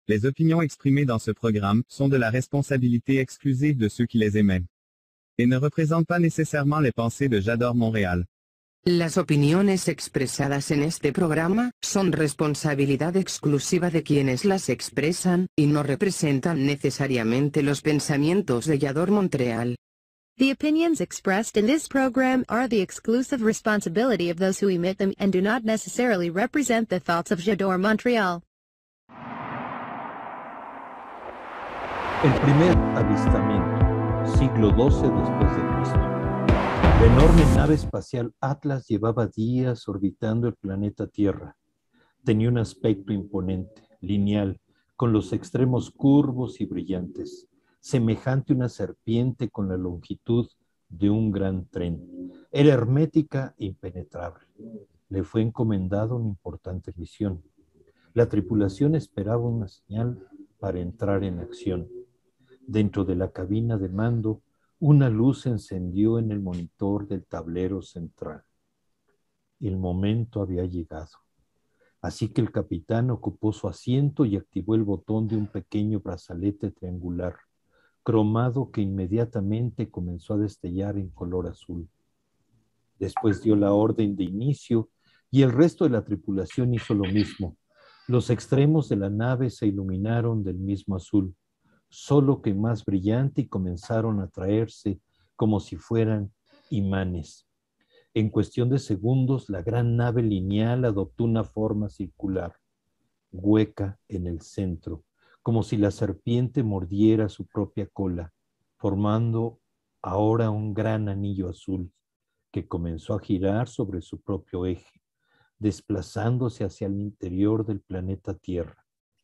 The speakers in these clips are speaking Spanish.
Les opinions exprimées dans ce programme sont de la responsabilité exclusive de ceux qui les émettent et ne représentent pas nécessairement les pensées de J'adore Montréal. Las opiniones expresadas en este programa son responsabilidad exclusiva de quienes las expresan y no representan necesariamente los pensamientos de J'adore Montréal. The opinions expressed in this program are the exclusive responsibility of those who emit them and do not necessarily represent the thoughts of J'adore Montréal. El primer avistamiento, siglo XII después de Cristo. La enorme nave espacial Atlas llevaba días orbitando el planeta Tierra. Tenía un aspecto imponente, lineal, con los extremos curvos y brillantes, semejante a una serpiente con la longitud de un gran tren. Era hermética e impenetrable. Le fue encomendada una importante misión. La tripulación esperaba una señal para entrar en acción. Dentro de la cabina de mando, una luz se encendió en el monitor del tablero central. El momento había llegado. Así que el capitán ocupó su asiento y activó el botón de un pequeño brazalete triangular, cromado, que inmediatamente comenzó a destellar en color azul. Después dio la orden de inicio y el resto de la tripulación hizo lo mismo. Los extremos de la nave se iluminaron del mismo azul, solo que más brillante, y comenzaron a traerse como si fueran imanes. En cuestión de segundos, la gran nave lineal adoptó una forma circular, hueca en el centro, como si la serpiente mordiera su propia cola, formando ahora un gran anillo azul que comenzó a girar sobre su propio eje, desplazándose hacia el interior del planeta Tierra.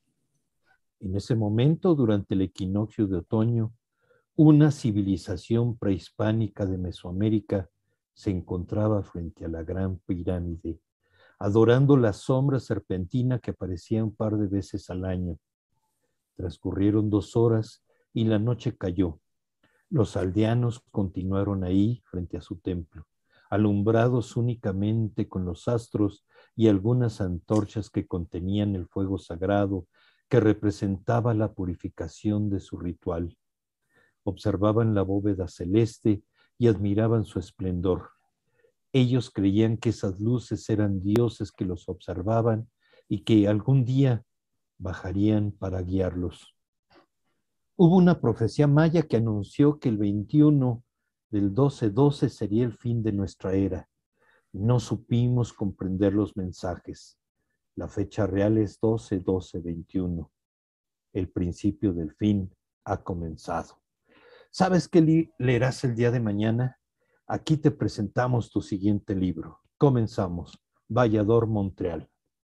En ese momento, durante el equinoccio de otoño, una civilización prehispánica de Mesoamérica se encontraba frente a la Gran Pirámide, adorando la sombra serpentina que aparecía un par de veces al año. Transcurrieron 2 horas y la noche cayó. Los aldeanos continuaron ahí frente a su templo, alumbrados únicamente con los astros y algunas antorchas que contenían el fuego sagrado que representaba la purificación de su ritual. Observaban la bóveda celeste y admiraban su esplendor. Ellos creían que esas luces eran dioses que los observaban y que algún día bajarían para guiarlos. Hubo una profecía maya que anunció que el 21 del 12-12 sería el fin de nuestra era. No supimos comprender los mensajes. La fecha real es 12-12-21. El principio del fin ha comenzado. ¿Sabes qué leerás el día de mañana? Aquí te presentamos tu siguiente libro. Comenzamos. J'adore Montréal.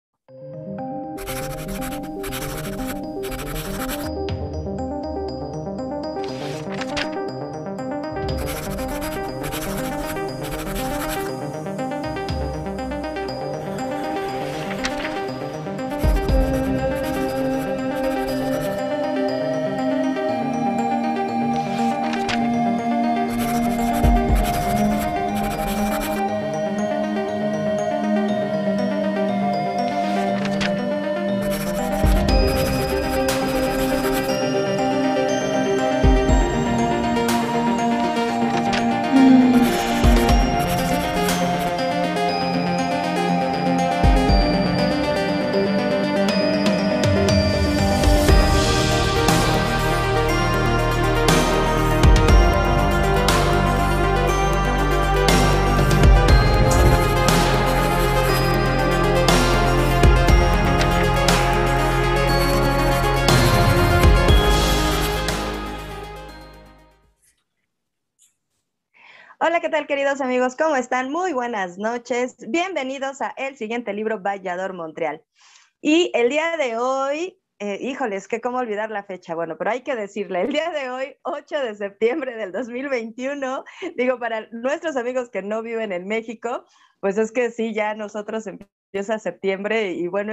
Hola, ¿qué tal, queridos amigos? ¿Cómo están? Muy buenas noches. Bienvenidos a el siguiente libro, J'adore Montréal. Y el día de hoy, híjoles, que cómo olvidar la fecha. Bueno, pero hay que decirle, el día de hoy, 8 de septiembre del 2021, digo, para nuestros amigos que no viven en México, pues es que sí, ya nosotros empieza septiembre y bueno,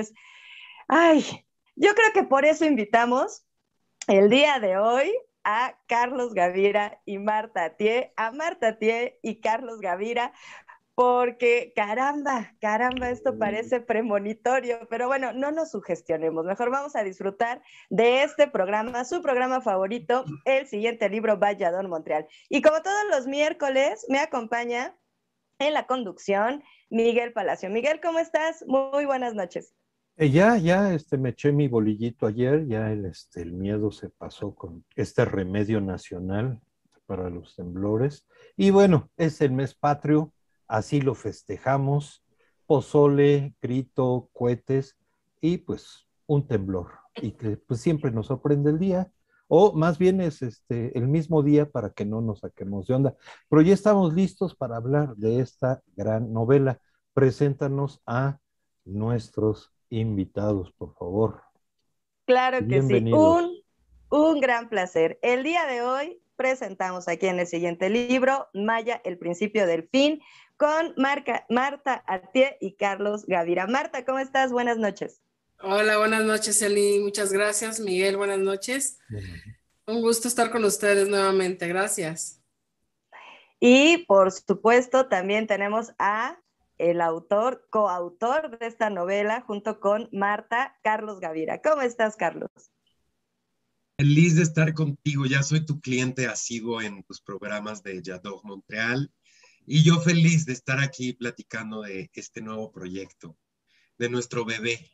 yo creo que por eso invitamos el día de hoy a Carlos Gavira y Marta Thié, a Marta Thié y Carlos Gavira, porque caramba, caramba, esto parece premonitorio, pero bueno, no nos sugestionemos, mejor vamos a disfrutar de este programa, su programa favorito, el siguiente libro, Vallador Montreal. Y como todos los miércoles, me acompaña en la conducción Miguel Palacio. Miguel, ¿cómo estás? Muy buenas noches. Me eché mi bolillito ayer, el miedo se pasó con este remedio nacional para los temblores. Y bueno, es el mes patrio, así lo festejamos, pozole, grito, cohetes y pues un temblor. Y que pues siempre nos sorprende el día, o más bien es el mismo día para que no nos saquemos de onda. Pero ya estamos listos para hablar de esta gran novela. Preséntanos a nuestros invitados, por favor. Claro que sí, Bienvenidos. un gran placer. El día de hoy presentamos aquí en el siguiente libro, Maya, el principio del fin, con Marta Atié y Carlos Gavira. Marta, ¿cómo estás? Buenas noches. Hola, buenas noches, Eli. Muchas gracias. Miguel, buenas noches. Bueno, Un gusto estar con ustedes nuevamente. Gracias. Y por supuesto, también tenemos a el autor, coautor de esta novela, junto con Marta, Carlos Gavira. ¿Cómo estás, Carlos? Feliz de estar contigo, ya soy tu cliente asiduo en tus programas de Yador Montreal y yo feliz de estar aquí platicando de este nuevo proyecto, de nuestro bebé.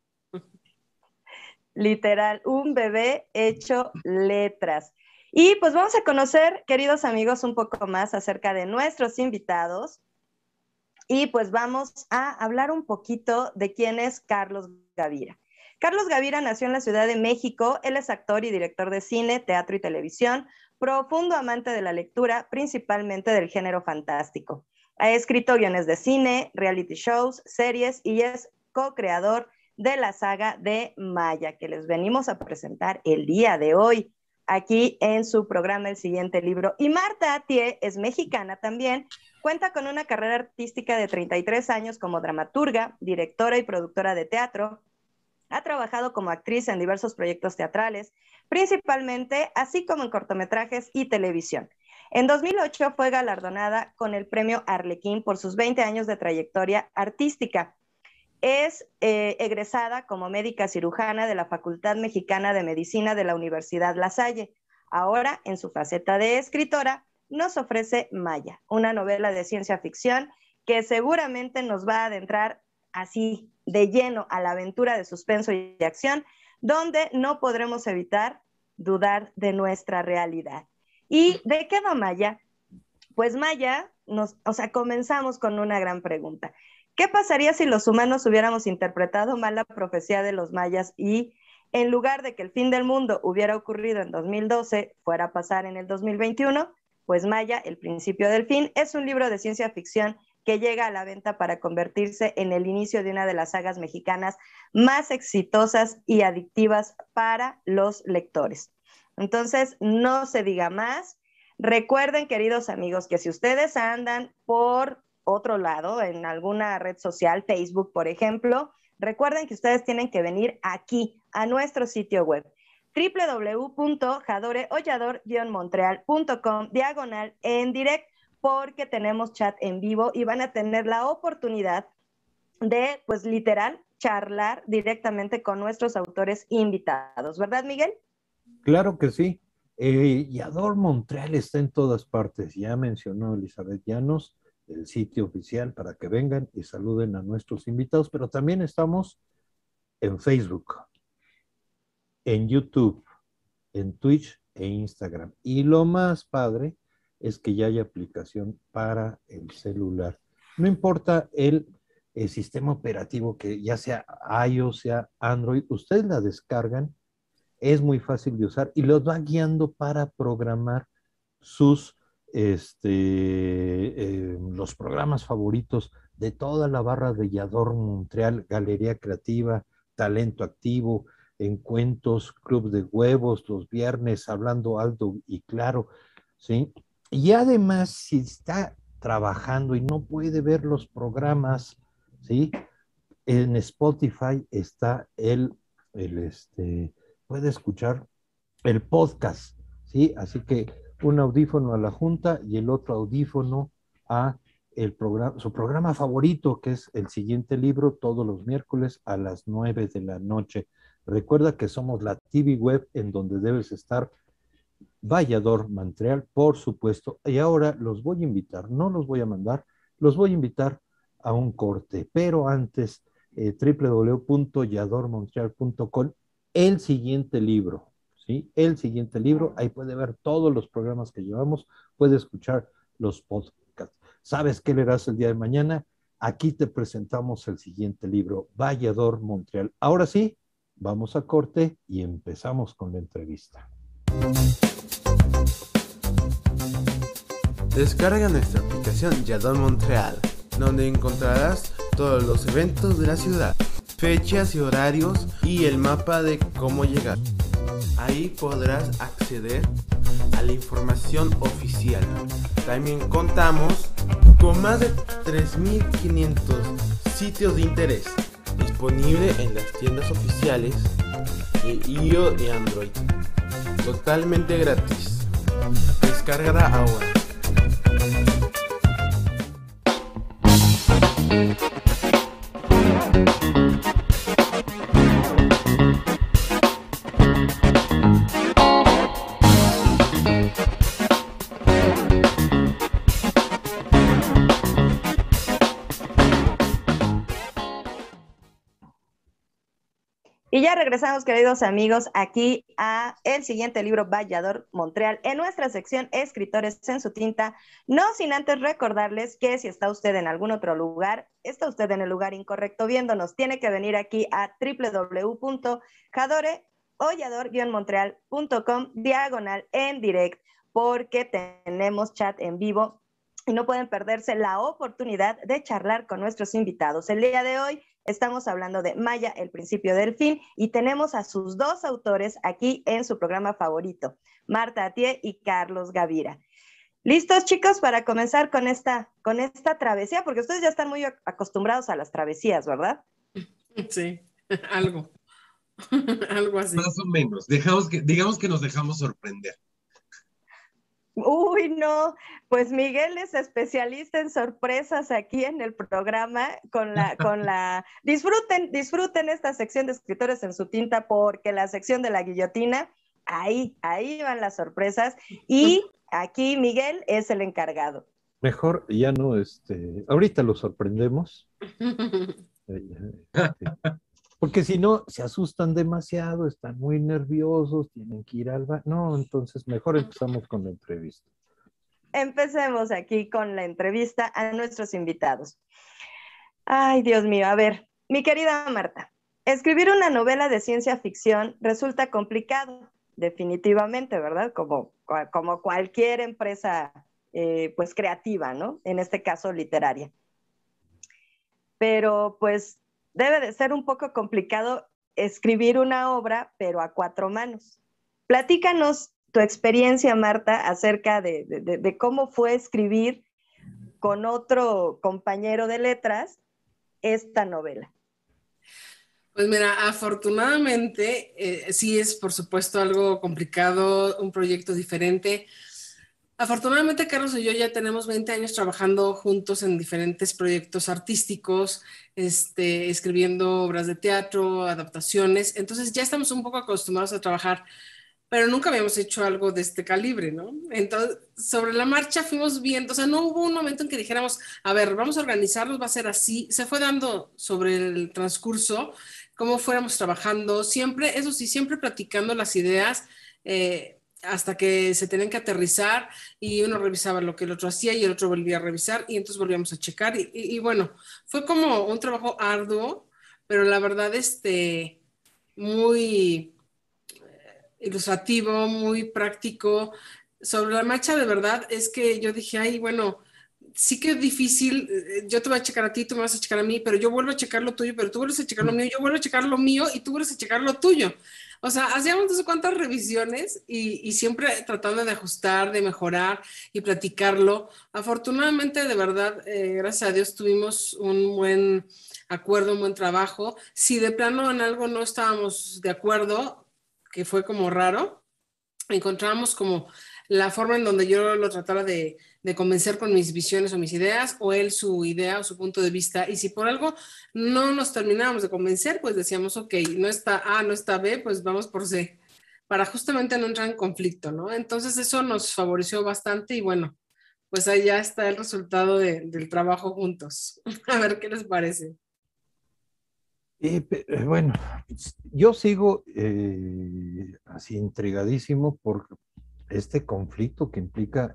Literal, un bebé hecho letras. Y pues vamos a conocer, queridos amigos, un poco más acerca de nuestros invitados. Y pues vamos a hablar un poquito de quién es Carlos Gavira. Carlos Gavira nació en la Ciudad de México. Él es actor y director de cine, teatro y televisión, profundo amante de la lectura, principalmente del género fantástico. Ha escrito guiones de cine, reality shows, series y es co-creador de la saga de Maya, que les venimos a presentar el día de hoy aquí en su programa El Siguiente Libro. Y Marta Atié es mexicana también, cuenta con una carrera artística de 33 años como dramaturga, directora y productora de teatro. Ha trabajado como actriz en diversos proyectos teatrales, principalmente, así como en cortometrajes y televisión. En 2008 fue galardonada con el premio Arlequín por sus 20 años de trayectoria artística. Es egresada como médica cirujana de la Facultad Mexicana de Medicina de la Universidad La Salle. Ahora, en su faceta de escritora, nos ofrece Maya, una novela de ciencia ficción que seguramente nos va a adentrar así de lleno a la aventura de suspenso y acción, donde no podremos evitar dudar de nuestra realidad. ¿Y de qué va Maya? Pues Maya, comenzamos con una gran pregunta. ¿Qué pasaría si los humanos hubiéramos interpretado mal la profecía de los mayas y en lugar de que el fin del mundo hubiera ocurrido en 2012, fuera a pasar en el 2021? Pues Maya, el principio del fin, es un libro de ciencia ficción que llega a la venta para convertirse en el inicio de una de las sagas mexicanas más exitosas y adictivas para los lectores. Entonces, no se diga más. Recuerden, queridos amigos, que si ustedes andan por otro lado, en alguna red social, Facebook, por ejemplo, recuerden que ustedes tienen que venir aquí, a nuestro sitio web, www.jadoreollador-montreal.com/en direct, porque tenemos chat en vivo y van a tener la oportunidad de, pues literal, charlar directamente con nuestros autores invitados, ¿verdad, Miguel? claro que sí. Yador Montreal está en todas partes. Ya mencionó Elizabeth Llanos el sitio oficial para que vengan y saluden a nuestros invitados, pero también estamos en Facebook, en YouTube, en Twitch e Instagram. Y lo más padre es que ya hay aplicación para el celular. No importa el sistema operativo que ya sea iOS, sea Android, ustedes la descargan, es muy fácil de usar y los va guiando para programar sus los programas favoritos de toda la barra de Yador Montreal, Galería Creativa, Talento Activo, Encuentros, Club de Huevos, los viernes, Hablando Alto y Claro, ¿sí? Y además, si está trabajando y no puede ver los programas, ¿sí? En Spotify está puede escuchar el podcast, ¿sí? Así que un audífono a la junta y el otro audífono a su programa favorito, que es El Siguiente Libro, todos los miércoles a las 9 de la noche. Recuerda que somos la TV web en donde debes estar, Vallador Montreal, por supuesto. Y ahora los voy a invitar, no los voy a mandar, los voy a invitar a un corte, pero antes, www.yadormontreal.com, El Siguiente Libro, ¿sí? El Siguiente Libro, ahí puede ver todos los programas que llevamos, puede escuchar los podcasts. ¿Sabes qué leerás el día de mañana? Aquí te presentamos El Siguiente Libro, Vallador Montreal. Ahora sí, vamos a corte y empezamos con la entrevista. Descarga nuestra aplicación Yador Montreal, donde encontrarás todos los eventos de la ciudad, fechas y horarios y el mapa de cómo llegar. Ahí podrás acceder a la información oficial. También contamos con más de 3.500 sitios de interés, disponible en las tiendas oficiales de iOS y Android. Totalmente gratis. Descárgala ahora. Y ya regresamos, queridos amigos, aquí a El Siguiente Libro, Vallador Montreal, en nuestra sección Escritores en su tinta, no sin antes recordarles que si está usted en algún otro lugar, está usted en el lugar incorrecto viéndonos, tiene que venir aquí a www.jadoreollador-montreal.com/en direct, porque tenemos chat en vivo y no pueden perderse la oportunidad de charlar con nuestros invitados. El día de hoy estamos hablando de Maya, el principio del fin, y tenemos a sus dos autores aquí en su programa favorito, Marta Atié y Carlos Gavira. ¿Listos, chicos, para comenzar con esta travesía? Porque ustedes ya están muy acostumbrados a las travesías, ¿verdad? Sí, algo. Algo así. Más o menos. Digamos que nos dejamos sorprender. Uy, no, pues Miguel es especialista en sorpresas aquí en el programa disfruten esta sección de Escritores en su tinta, porque la sección de la guillotina, ahí van las sorpresas, y aquí Miguel es el encargado. Mejor ya no, ahorita lo sorprendemos. Porque si no, se asustan demasiado, están muy nerviosos, tienen que ir al baño. No, entonces mejor empezamos con la entrevista. Empecemos aquí con la entrevista a nuestros invitados. Ay, Dios mío, a ver, mi querida Marta, escribir una novela de ciencia ficción resulta complicado, definitivamente, ¿verdad? Como cualquier empresa pues creativa, ¿no? En este caso literaria. Pero pues debe de ser un poco complicado escribir una obra, pero a cuatro manos. Platícanos tu experiencia, Marta, acerca de cómo fue escribir con otro compañero de letras esta novela. Pues mira, afortunadamente, sí es por supuesto algo complicado, un proyecto diferente. Afortunadamente, Carlos y yo ya tenemos 20 años trabajando juntos en diferentes proyectos artísticos, escribiendo obras de teatro, adaptaciones. Entonces ya estamos un poco acostumbrados a trabajar, pero nunca habíamos hecho algo de este calibre, ¿no? Entonces, sobre la marcha fuimos viendo, o sea, no hubo un momento en que dijéramos, a ver, vamos a organizarnos, va a ser así. Se fue dando sobre el transcurso, cómo fuéramos trabajando, siempre, eso sí, siempre platicando las ideas, hasta que se tenían que aterrizar y uno revisaba lo que el otro hacía y el otro volvía a revisar y entonces volvíamos a checar y bueno, fue como un trabajo arduo, pero la verdad muy ilustrativo, muy práctico. Sobre la marcha, de verdad, es que yo dije, ay, bueno, sí que es difícil, yo te voy a checar a ti, tú me vas a checar a mí, pero yo vuelvo a checar lo tuyo, pero tú vuelves a checar lo mío, yo vuelvo a checar lo mío y tú vuelves a checar lo tuyo. O sea, hacíamos no sé cuántas revisiones y siempre tratando de ajustar, de mejorar y platicarlo. Afortunadamente, de verdad, gracias a Dios, tuvimos un buen acuerdo, un buen trabajo. Si de plano en algo no estábamos de acuerdo, que fue como raro, encontramos como la forma en donde yo lo tratara de de convencer con mis visiones o mis ideas, o él su idea o su punto de vista. Y si por algo no nos terminábamos de convencer, pues decíamos, ok, no está A, no está B, pues vamos por C, para justamente no entrar en conflicto, ¿no? Entonces eso nos favoreció bastante y bueno, pues ahí ya está el resultado del trabajo juntos. A ver qué les parece. Bueno, yo sigo así intrigadísimo por este conflicto que implica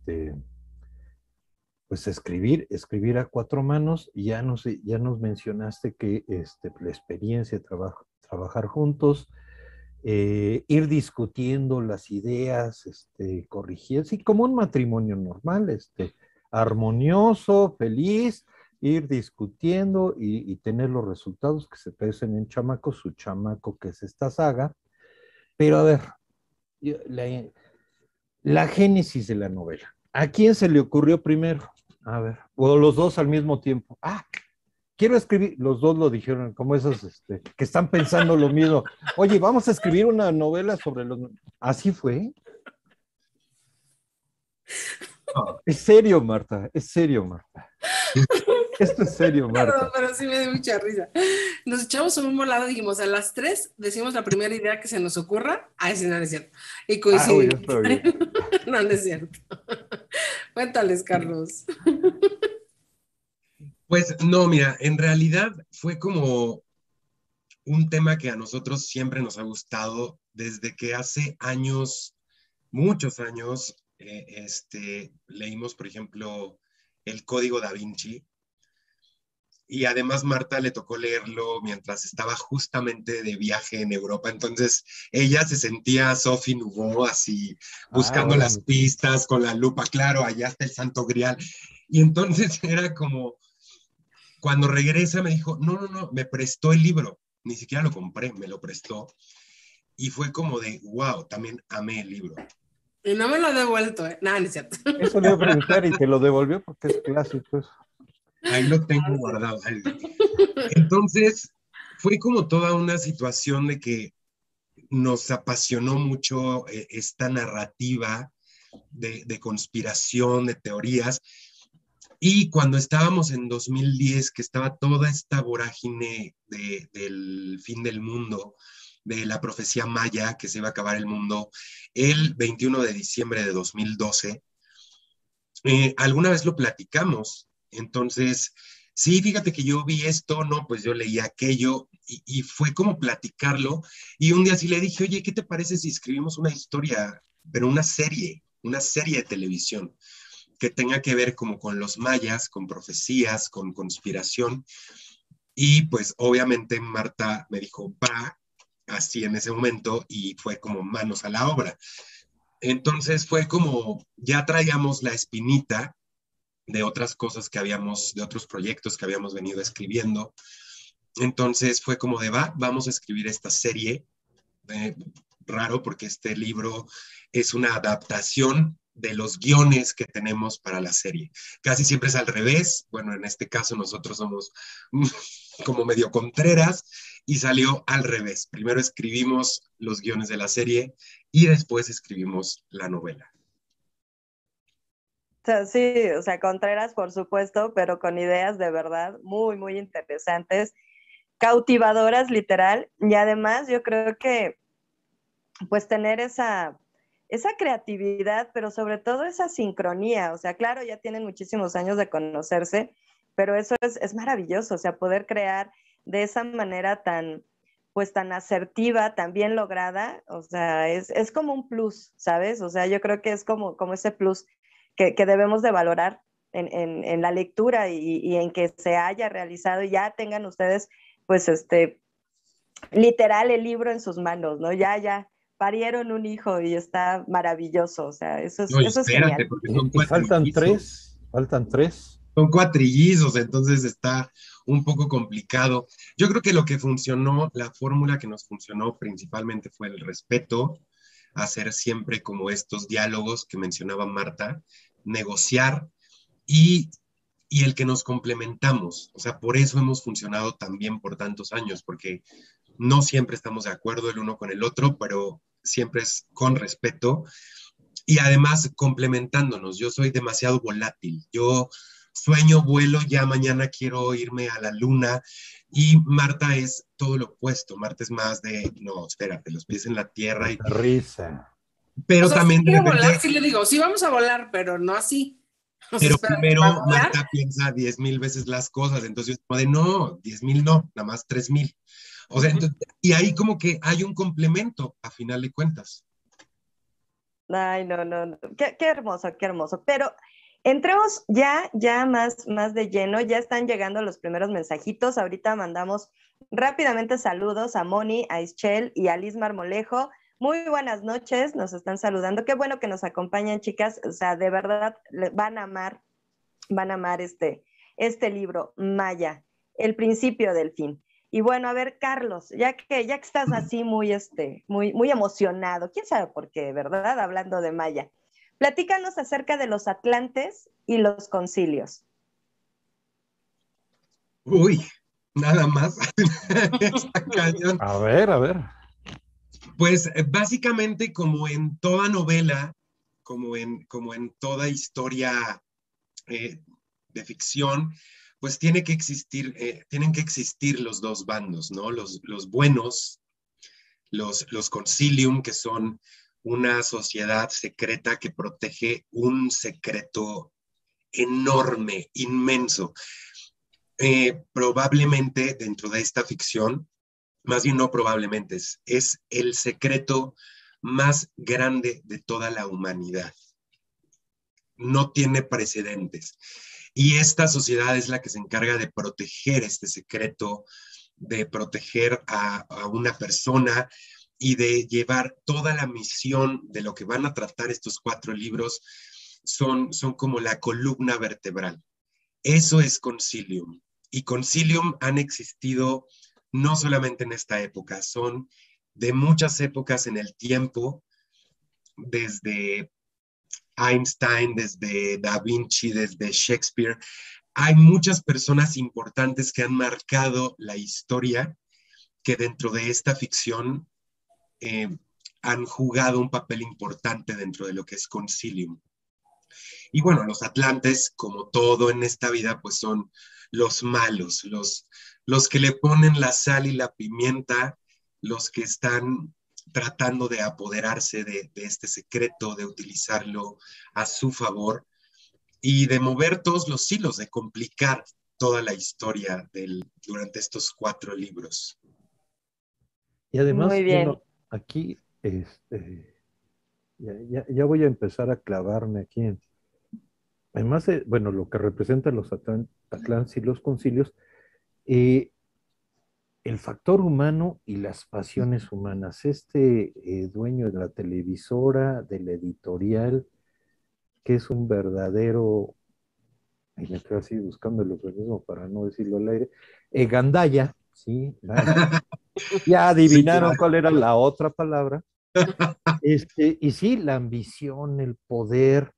pues escribir a cuatro manos. Ya nos mencionaste que la experiencia de trabajar juntos, ir discutiendo las ideas, corrigiendo, sí, como un matrimonio normal, armonioso, feliz, ir discutiendo y tener los resultados que se parecen en Chamaco, su chamaco, que es esta saga. Pero a ver, la génesis de la novela. ¿A quién se le ocurrió primero? A ver, o los dos al mismo tiempo. Ah, quiero escribir, los dos lo dijeron, como esos que están pensando lo mismo. Oye, vamos a escribir una novela sobre los... ¿Así fue? No, es serio, Marta, es serio, Marta. Esto es serio, Marta. Perdón, pero sí me dio mucha risa. Nos echamos en un volado y dijimos, a las 3 decimos la primera idea que se nos ocurra. Ah, ese no es cierto. Y coincidimos. No, no es cierto. Cuéntales, Carlos. Pues no, mira, en realidad fue como un tema que a nosotros siempre nos ha gustado desde que hace años, muchos años, leímos, por ejemplo, El Código Da Vinci. Y además Marta le tocó leerlo mientras estaba justamente de viaje en Europa. Entonces ella se sentía Sophie Nouveau, así buscando las pistas con la lupa. Claro, allá está el Santo Grial. Y entonces era como, cuando regresa me dijo, no, me prestó el libro. Ni siquiera lo compré, me lo prestó. Y fue como de, wow, también amé el libro. Y no me lo ha devuelto, ¿eh? No, no es cierto. Eso le iba a preguntar y te lo devolvió porque es clásico eso. Ahí lo tengo guardado. Entonces, fue como toda una situación de que nos apasionó mucho esta narrativa de conspiración, de teorías. Y cuando estábamos en 2010, que estaba toda esta vorágine del fin del mundo, de la profecía maya, que se iba a acabar el mundo el 21 de diciembre de 2012, alguna vez lo platicamos. Entonces, sí, fíjate que yo vi esto, no, pues yo leí aquello, y fue como platicarlo, y un día sí le dije, oye, ¿qué te parece si escribimos una historia, pero una serie de televisión, que tenga que ver como con los mayas, con profecías, con conspiración? Y pues obviamente Marta me dijo, va, así en ese momento, y fue como manos a la obra. Entonces fue como, ya traíamos la espinita de otras cosas que habíamos, de otros proyectos que habíamos venido escribiendo. Entonces fue como de, vamos a escribir esta serie. Raro porque este libro es una adaptación de los guiones que tenemos para la serie. Casi siempre es al revés. Bueno, en este caso nosotros somos como medio contreras y salió al revés. Primero escribimos los guiones de la serie y después escribimos la novela. Sí, o sea, Contreras, por supuesto, pero con ideas de verdad muy, muy interesantes, cautivadoras, literal, y además yo creo que, pues, tener esa creatividad, pero sobre todo esa sincronía, o sea, claro, ya tienen muchísimos años de conocerse, pero eso es maravilloso, o sea, poder crear de esa manera tan, pues, tan asertiva, tan bien lograda, o sea, es como un plus, ¿sabes? O sea, yo creo que es como ese plus que debemos de valorar en la lectura y en que se haya realizado y ya tengan ustedes, pues, literal el libro en sus manos, ¿no? Ya parieron un hijo y está maravilloso, o sea, eso es genial. Y faltan tres. Son cuatrillizos, entonces está un poco complicado. Yo creo que lo que funcionó, la fórmula que nos funcionó principalmente fue el respeto, hacer siempre como estos diálogos que mencionaba Marta, negociar y el que nos complementamos. O sea, por eso hemos funcionado tan bien por tantos años, porque no siempre estamos de acuerdo el uno con el otro, pero siempre es con respeto. y además complementándonos. Yo soy demasiado volátil. Yo sueño, vuelo, ya mañana quiero irme a la luna. Y Marta es todo lo opuesto. Marta es más de, no, espérate, los pies en la tierra. Risa. O Pero sea, si también de quiero volar, repente, sí le digo, sí vamos a volar, pero no así. O sea, pero espérate, para primero volar. Marta piensa 10,000 veces las cosas. Entonces, como de, no, 10,000 no, nada más 3,000. O sea, y ahí como que hay un complemento a final de cuentas. Ay, no, no, no. Qué hermoso, qué hermoso. Pero entremos ya más de lleno. Ya están llegando los primeros mensajitos. Ahorita mandamos rápidamente saludos a Moni, a Ischel y a Liz Marmolejo. Muy buenas noches, nos están saludando. Qué bueno que nos acompañan, chicas. O sea, de verdad van a amar este libro, Maya, El principio del fin. Y bueno, a ver, Carlos, ya que estás así muy emocionado, quién sabe por qué, ¿verdad? Hablando de Maya. Platícanos acerca de los atlantes y los concilios. Uy, nada más. Está cañón. A ver. Pues básicamente como en toda novela, como en toda historia de ficción, pues tienen que existir los dos bandos, ¿no? Los buenos, los concilium, que son una sociedad secreta que protege un secreto enorme, inmenso. Probablemente dentro de esta ficción, más bien no probablemente, es el secreto más grande de toda la humanidad. No tiene precedentes. Y esta sociedad es la que se encarga de proteger este secreto, de proteger a una persona y de llevar toda la misión de lo que van a tratar estos 4 libros. Son como la columna vertebral. Eso es Concilium. Y Concilium han existido no solamente en esta época, son de muchas épocas en el tiempo, desde Einstein, desde Da Vinci, desde Shakespeare. Hay muchas personas importantes que han marcado la historia, que dentro de esta ficción han jugado un papel importante dentro de lo que es Concilium. Y bueno, los atlantes, como todo en esta vida, pues son los malos, los que le ponen la sal y la pimienta, los que están tratando de apoderarse de este secreto, de utilizarlo a su favor y de mover todos los hilos, de complicar toda la historia durante estos 4 libros. Y además, Muy bien. bueno, aquí ya voy a empezar a clavarme aquí además, bueno, lo que representan los atlantes y los concilios, el factor humano y las pasiones humanas. Dueño de la televisora, de la editorial, que es un verdadero, y me estoy así buscando el eufemismo para no decirlo al aire, gandalla, ¿sí? Ya adivinaron Sí, claro. cuál era la otra palabra. Y sí, la ambición, el poder,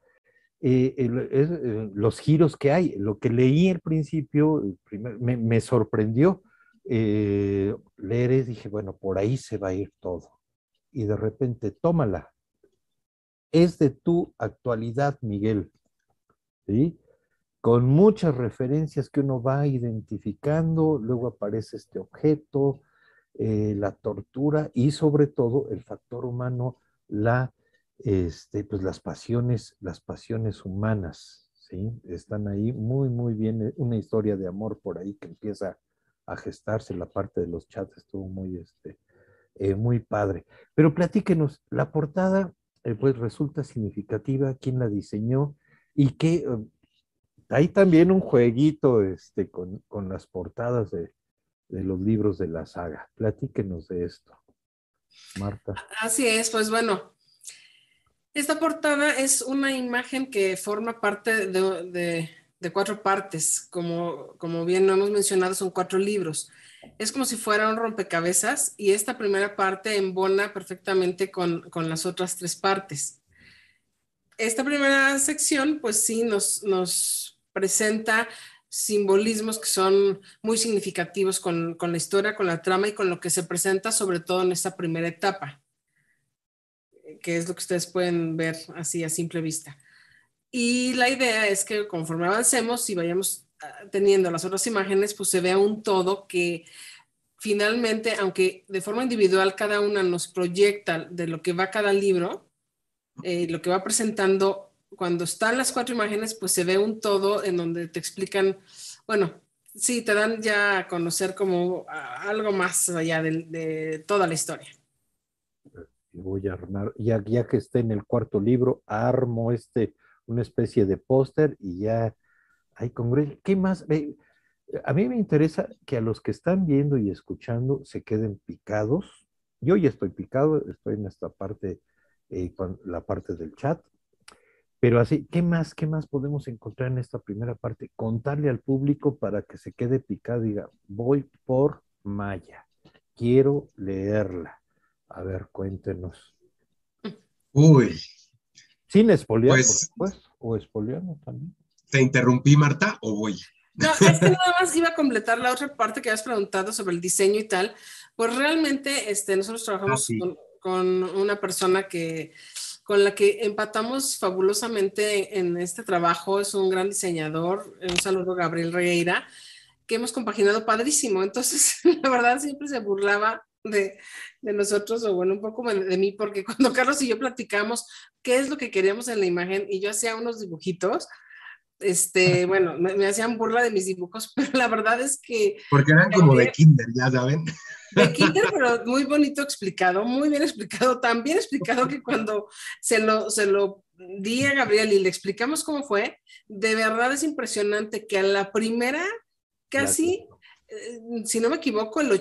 los giros que hay. Lo que leí al principio, me sorprendió leer, dije, bueno, por ahí se va a ir todo. Y de repente, tómala. Es de tu actualidad, Miguel. ¿Sí? Con muchas referencias que uno va identificando, luego aparece este objeto, la tortura y sobre todo el factor humano, pues las pasiones humanas, ¿sí? Están ahí muy bien, una historia de amor por ahí que empieza a gestarse, la parte de los chats estuvo muy padre. Pero platíquenos, la portada pues resulta significativa, quién la diseñó y qué, hay también un jueguito con las portadas de los libros de la saga. Platíquenos de esto, Marta. Así es, pues bueno, esta portada es una imagen que forma parte de 4 partes. Como bien lo hemos mencionado, son 4 libros. Es como si fuera un rompecabezas y esta primera parte embona perfectamente con las otras 3 partes. Esta primera sección, pues sí, nos presenta simbolismos que son muy significativos con la historia, con la trama y con lo que se presenta, sobre todo en esta primera etapa. que es lo que ustedes pueden ver así a simple vista. Y la idea es que conforme avancemos y vayamos teniendo las otras imágenes, pues se vea un todo que finalmente, aunque de forma individual cada una nos proyecta de lo que va cada libro, lo que va presentando, cuando están las 4 imágenes, pues se ve un todo en donde te explican, bueno, sí, te dan ya a conocer como algo más allá de toda la historia. Voy a armar, ya que esté en el 4.º libro, armo una especie de póster y ya hay congruencia. ¿Qué más? A mí me interesa que a los que están viendo y escuchando se queden picados. Yo ya estoy picado, estoy en esta parte, con la parte del chat. Pero así, ¿qué más podemos encontrar en esta primera parte? Contarle al público para que se quede picado y diga, voy por Maya, quiero leerla. A ver, cuéntenos. Uy, Sin espolear, pues, por supuesto, o espoleando también. ¿te interrumpí, Marta, o voy? No, es que nada más iba a completar la otra parte que habías preguntado sobre el diseño y tal. Pues realmente nosotros trabajamos sí. con una persona con la que empatamos fabulosamente en este trabajo. Es un gran diseñador, un saludo, Gabriel Regueira, que hemos compaginado padrísimo. Entonces, la verdad, siempre se burlaba de nosotros, o bueno, un poco de mí, porque cuando Carlos y yo platicamos qué es lo que queríamos en la imagen y yo hacía unos dibujitos, bueno, me hacían burla de mis dibujos, pero la verdad es que Porque eran como de kinder, ya saben. de kinder, pero muy bonito explicado, muy bien explicado, tan bien explicado que cuando se lo di a Gabriel y le explicamos cómo fue, de verdad es impresionante que a la primera casi, si no me equivoco, el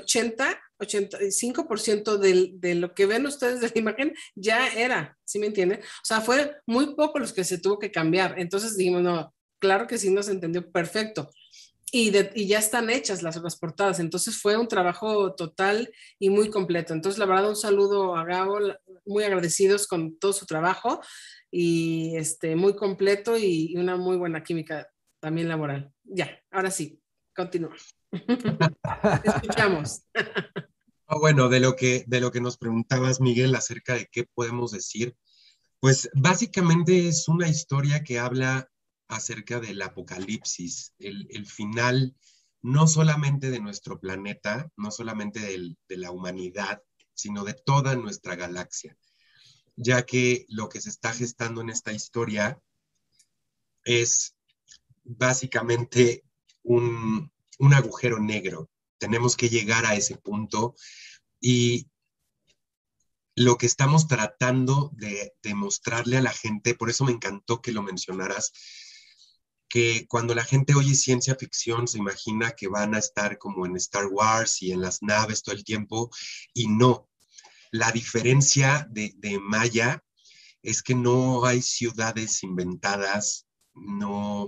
85% de lo que ven ustedes de la imagen ya era, ¿sí me entienden? O sea, fue muy poco los que se tuvo que cambiar. Entonces dijimos, no, claro que sí nos entendió perfecto. Y ya están hechas las portadas. Entonces fue un trabajo total y muy completo. Entonces, la verdad, un saludo a Gabo, muy agradecidos con todo su trabajo y muy completo y una muy buena química también laboral. Ya, ahora sí, continúa. Escuchamos. Bueno, de lo que nos preguntabas, Miguel, acerca de qué podemos decir, pues básicamente es una historia que habla acerca del apocalipsis, el final no solamente de nuestro planeta, no solamente de la humanidad, sino de toda nuestra galaxia, ya que lo que se está gestando en esta historia es básicamente un agujero negro. Tenemos que llegar a ese punto y lo que estamos tratando de mostrarle a la gente, por eso me encantó que lo mencionaras, que cuando la gente oye ciencia ficción se imagina que van a estar como en Star Wars y en las naves todo el tiempo, y no. La diferencia de Maya es que no hay ciudades inventadas, no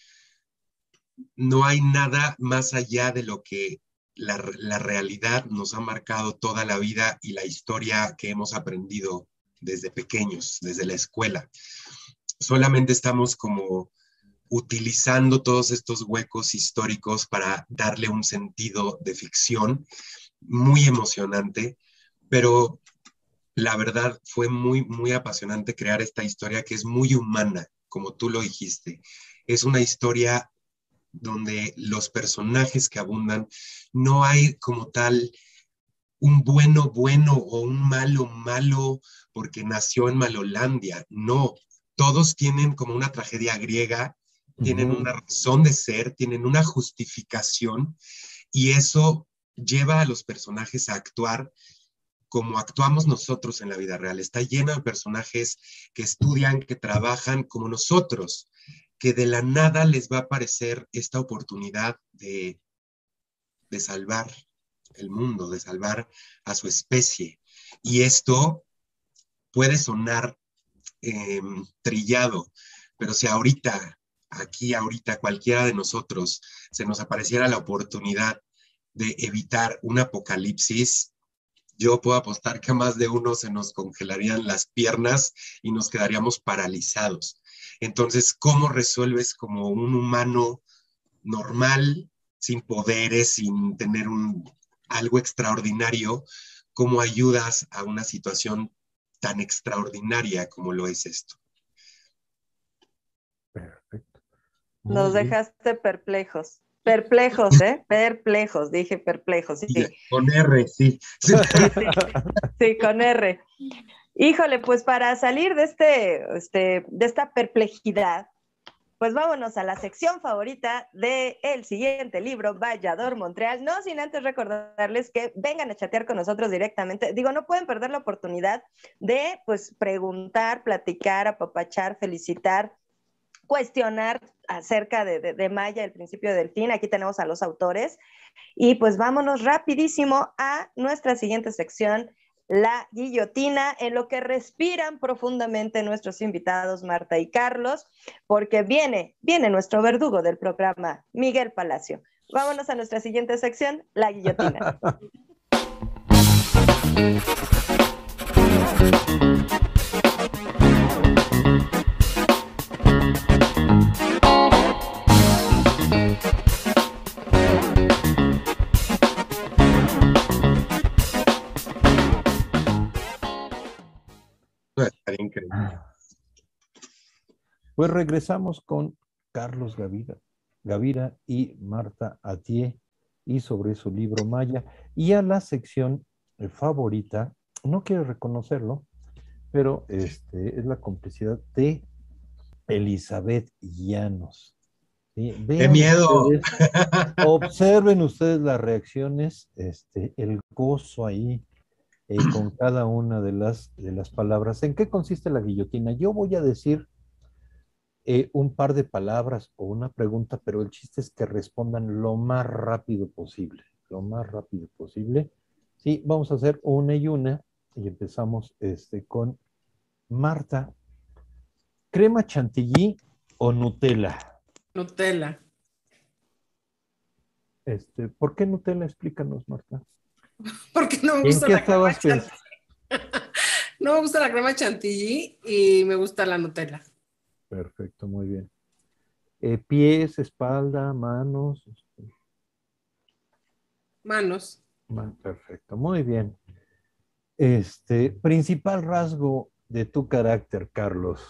hay nada más allá de lo que la realidad nos ha marcado toda la vida y la historia que hemos aprendido desde pequeños, desde la escuela. Solamente estamos como utilizando todos estos huecos históricos para darle un sentido de ficción muy emocionante, pero la verdad fue muy, muy apasionante crear esta historia que es muy humana, como tú lo dijiste. Es una historia donde los personajes que abundan, no hay como tal un bueno bueno o un malo malo porque nació en Malolandia. No, todos tienen como una tragedia griega, tienen una razón de ser, tienen una justificación, y eso lleva a los personajes a actuar como actuamos nosotros en la vida real. Está lleno de personajes que estudian, que trabajan como nosotros, que de la nada les va a aparecer esta oportunidad de salvar el mundo, de salvar a su especie. Y esto puede sonar trillado, pero si ahorita, cualquiera de nosotros se nos apareciera la oportunidad de evitar un apocalipsis, yo puedo apostar que a más de uno se nos congelarían las piernas y nos quedaríamos paralizados. Entonces, ¿cómo resuelves como un humano normal, sin poderes, sin tener algo extraordinario? ¿Cómo ayudas a una situación tan extraordinaria como lo es esto. Perfecto. Nos dejaste perplejos. Perplejos, ¿eh? Perplejos, dije perplejos, sí. Con R, sí. Sí, sí, con R. Híjole, pues para salir de esta perplejidad, pues vámonos a la sección favorita del siguiente libro, Vallador Montreal. No sin antes recordarles que vengan a chatear con nosotros directamente. Digo, no pueden perder la oportunidad de, pues, preguntar, platicar, apapachar, felicitar, cuestionar acerca de Maya, el principio del fin. Aquí tenemos a los autores. Y pues vámonos rapidísimo a nuestra siguiente sección, la guillotina, en lo que respiran profundamente nuestros invitados Marta y Carlos, porque viene nuestro verdugo del programa, Miguel Palacio. Vámonos a nuestra siguiente sección, la guillotina. Increíble. Pues regresamos con Carlos Gavira y Marta Atié y sobre su libro Maya y a la sección favorita, no quiero reconocerlo, pero es la complicidad de Elizabeth Llanos. ¿Sí? ¡Qué miedo! Observen ustedes las reacciones, el gozo ahí con cada una de las palabras. ¿En qué consiste la guillotina? Yo voy a decir un par de palabras o una pregunta, pero el chiste es que respondan lo más rápido posible, lo más rápido posible. Sí, vamos a hacer una y una y empezamos con Marta. ¿Crema chantilly o Nutella? Nutella. ¿Por qué Nutella? Explícanos, Marta. Porque no me gusta la crema chantilly. No me gusta la crema chantilly y me gusta la Nutella. Perfecto, muy bien. Pies, espalda, manos. Manos. Perfecto, muy bien. Principal rasgo de tu carácter, Carlos.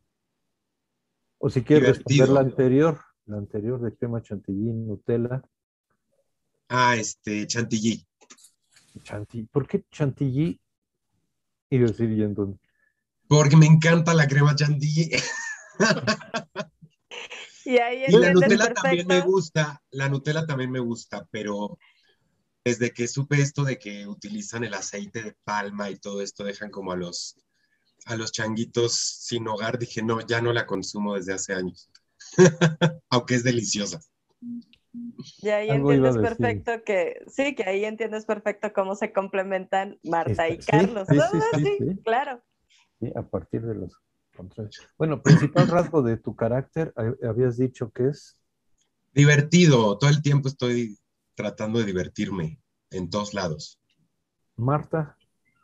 O si quieres responder la anterior de crema chantilly, Nutella. Chantilly. ¿Por qué chantilly? Y decir, ¿y en dónde? Porque me encanta la crema chantilly. Y ahí la Nutella también me gusta, pero desde que supe esto de que utilizan el aceite de palma y todo esto, dejan como a los changuitos sin hogar, dije, no, ya no la consumo desde hace años. Aunque es deliciosa. Y ahí entiendes perfecto que ahí entiendes perfecto cómo se complementan Marta y Carlos. Sí, claro. Sí, a partir de los contrarios. Bueno, principal rasgo de tu carácter, habías dicho que es divertido. Todo el tiempo estoy tratando de divertirme en todos lados. Marta.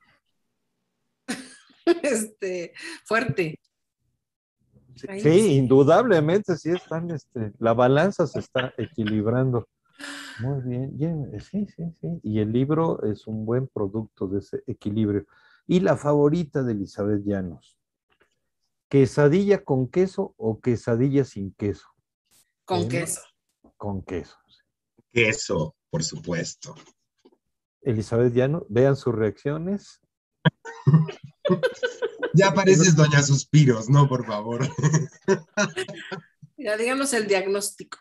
Fuerte. Sí, indudablemente, sí están, la balanza se está equilibrando. Muy bien, sí. Y el libro es un buen producto de ese equilibrio. Y la favorita de Elizabeth Llanos. ¿Quesadilla con queso o quesadilla sin queso? Con queso. Con queso. Queso, por supuesto. Elizabeth Llanos, vean sus reacciones. Ya pareces Doña Suspiros, no, por favor. Ya díganos el diagnóstico.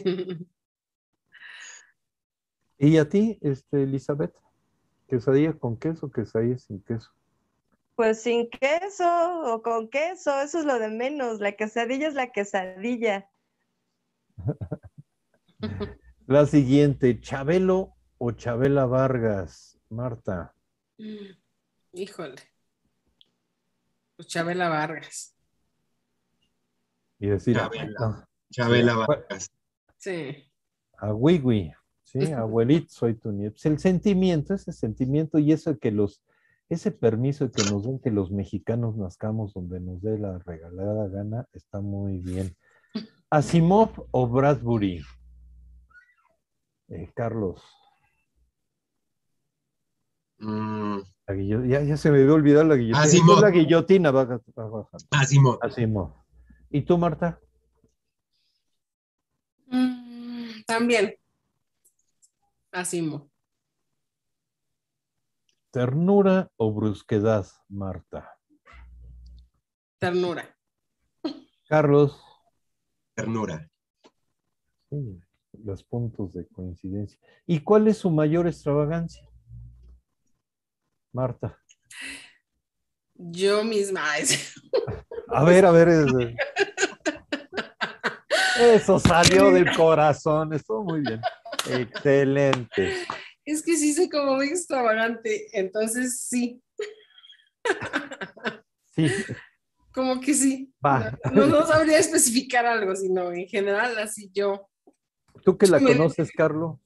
¿Y a ti, Elizabeth? ¿Quesadilla con queso o quesadilla sin queso? Pues sin queso o con queso, eso es lo de menos. La quesadilla es la quesadilla. La siguiente, ¿Chabelo o Chabela Vargas? Marta. Híjole. Pues Chabela Vargas. Y decir Chabela Vargas. Sí. A Wiwi, sí, abuelito, soy tu nieto. Pues el sentimiento, ese sentimiento y eso que ese permiso que nos den que los mexicanos nazcamos donde nos dé la regalada gana, está muy bien. ¿Asimov o Bradbury? Carlos. Ya se me había olvidado la guillotina. Asimov. La guillotina va bajando. Asimov. Asimov. ¿Y tú, Marta? También. Asimov. ¿Ternura o brusquedad, Marta? Ternura. Carlos. Ternura. Sí, los puntos de coincidencia. ¿Y cuál es su mayor extravagancia, Marta? Yo misma. A ver. Eso salió del corazón. Estuvo muy bien. Excelente. Es que sí soy como muy extravagante, entonces sí. Sí. Como que sí. Va. No sabría especificar algo, sino en general así yo. ¿Tú que la conoces, Carlos?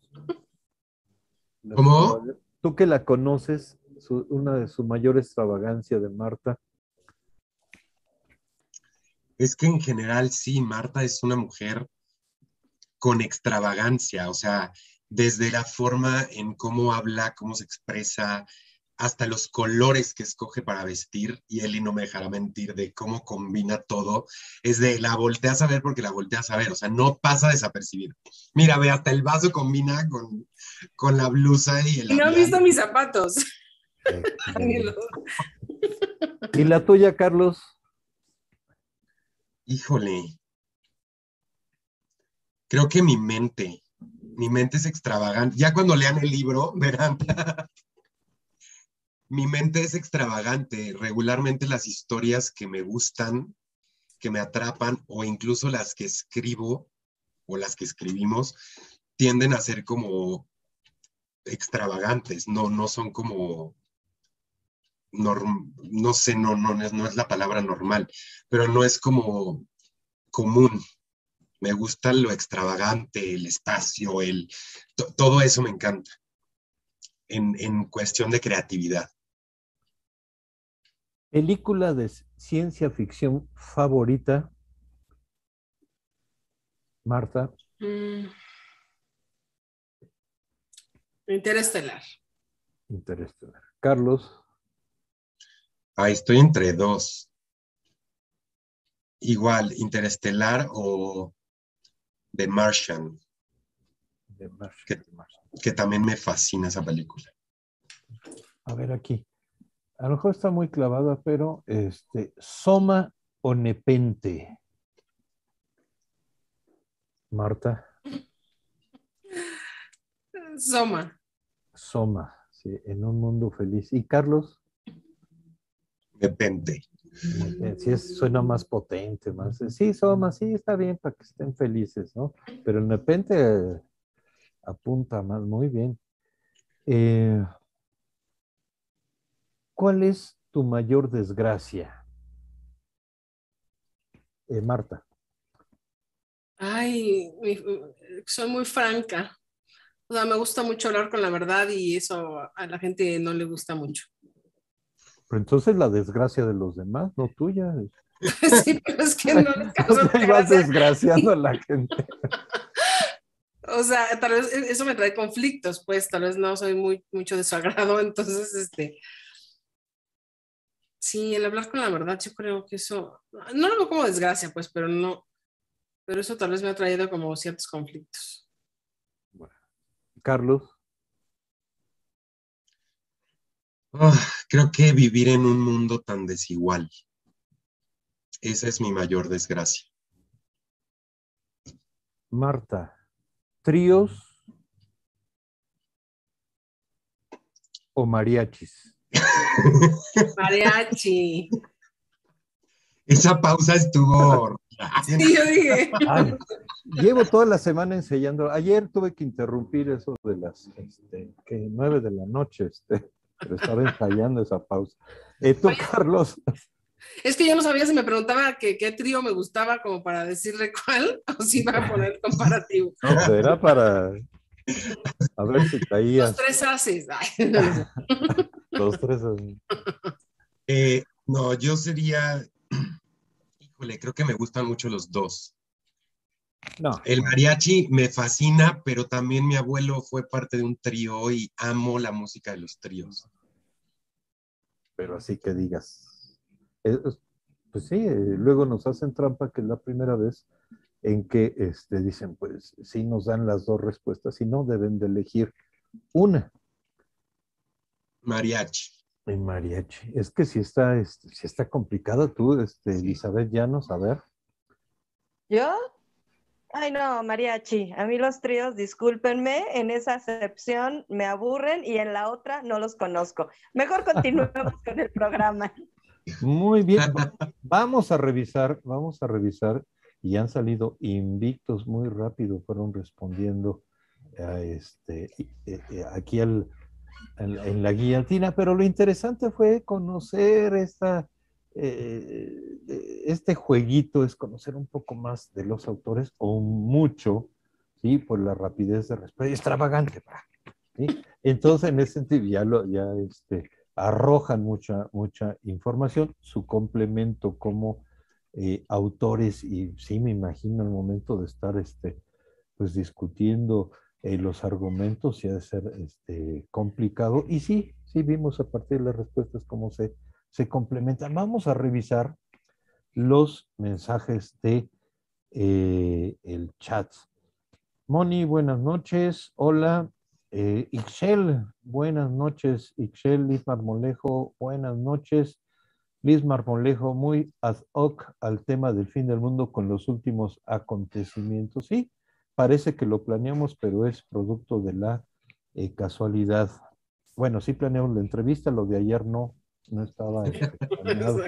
¿Cómo? ¿Tú que la conoces, una de su mayor extravagancia de Marta? Es que en general sí, Marta es una mujer con extravagancia, o sea, desde la forma en cómo habla, cómo se expresa, hasta los colores que escoge para vestir, y Eli no me dejará mentir de cómo combina todo, es de la volteas a ver porque la volteas a ver, o sea, no pasa desapercibido. Mira, ve, hasta el vaso combina con la blusa y el Y no han labial. visto mis zapatos. ¿Y la tuya, Carlos? Híjole, creo que mi mente es extravagante. Ya cuando lean el libro, verán. Mi mente es extravagante. Regularmente las historias que me gustan, que me atrapan, o incluso las que escribo o las que escribimos, tienden a ser como extravagantes. No son como, no sé, no es la palabra normal, pero no es como común. Me gusta lo extravagante, el espacio, todo eso me encanta en cuestión de creatividad. ¿Película de ciencia ficción favorita, Marta? Interestelar. Interestelar. Carlos. Estoy entre dos. Igual, Interestelar o The Martian. Que también me fascina esa película. A ver aquí. A lo mejor está muy clavada, pero Soma o Nepente. Marta. Soma, sí, en un mundo feliz. ¿Y Carlos? Nepente. Sí, suena más potente, más. Sí, Soma, sí, está bien para que estén felices, ¿no? Pero el Nepente apunta más, muy bien. ¿Cuál es tu mayor desgracia, Marta? Ay, soy muy franca. O sea, me gusta mucho hablar con la verdad y eso a la gente no le gusta mucho. Pero entonces la desgracia de los demás, no tuya. Sí, pero es que no les causa Tú te vas desgraciando a la gente. O sea, tal vez eso me trae conflictos, pues tal vez no soy mucho de su agrado, entonces, sí, el hablar con la verdad, yo creo que eso, no lo veo como desgracia, pues, pero eso tal vez me ha traído como ciertos conflictos. Bueno. Carlos. Creo que vivir en un mundo tan desigual. Esa es mi mayor desgracia. Marta, ¿tríos o mariachis? Mariachi. Esa pausa estuvo... Sí, yo dije. Ay, llevo toda la semana ensayando. Ayer tuve que interrumpir eso de las 9 de la noche, pero estaba ensayando esa pausa. ¿Tú, Carlos? Es que yo no sabía si me preguntaba qué trío me gustaba como para decirle cuál, o si iba a poner comparativo. No, era para a ver si caías. Los tres haces. Los tres haces. No, yo sería... Híjole, creo que me gustan mucho los dos. No. El mariachi me fascina, pero también mi abuelo fue parte de un trío y amo la música de los tríos. pero así que digas. Pues sí, luego nos hacen trampa, que es la primera vez en que dicen, pues sí nos dan las dos respuestas y no deben de elegir una. Mariachi. En mariachi. Es que sí está complicado tú, Elizabeth Llanos, a ver. ¿Yo? Ay, no, mariachi. A mí los tríos, discúlpenme, en esa acepción me aburren y en la otra no los conozco. Mejor continuemos con el programa. Muy bien, vamos a revisar, y han salido invictos muy rápido, fueron respondiendo a aquí en la guillotina, pero lo interesante fue conocer este jueguito, es conocer un poco más de los autores, o mucho, ¿sí? Por la rapidez de respuesta, extravagante, ¿sí? Entonces, en ese sentido, arrojan mucha información, su complemento como autores, y sí me imagino el momento de estar pues discutiendo los argumentos, y ha de ser complicado, y sí vimos a partir de las respuestas cómo se complementan. Vamos a revisar los mensajes de el chat. Moni, buenas noches. Hola. Ixchel, buenas noches. Ixchel, Liz Marmolejo, buenas noches. Liz Marmolejo, muy ad hoc al tema del fin del mundo con los últimos acontecimientos. Sí, parece que lo planeamos, pero es producto de la casualidad. Bueno, sí planeamos la entrevista, lo de ayer no estaba planeado.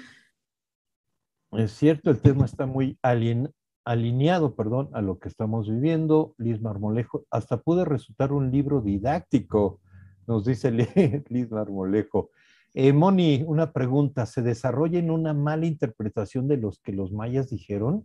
Es cierto, el tema está muy alineado, a lo que estamos viviendo. Liz Marmolejo, hasta puede resultar un libro didáctico, nos dice Liz Marmolejo. Moni, una pregunta, ¿se desarrolla en una mala interpretación de los que los mayas dijeron?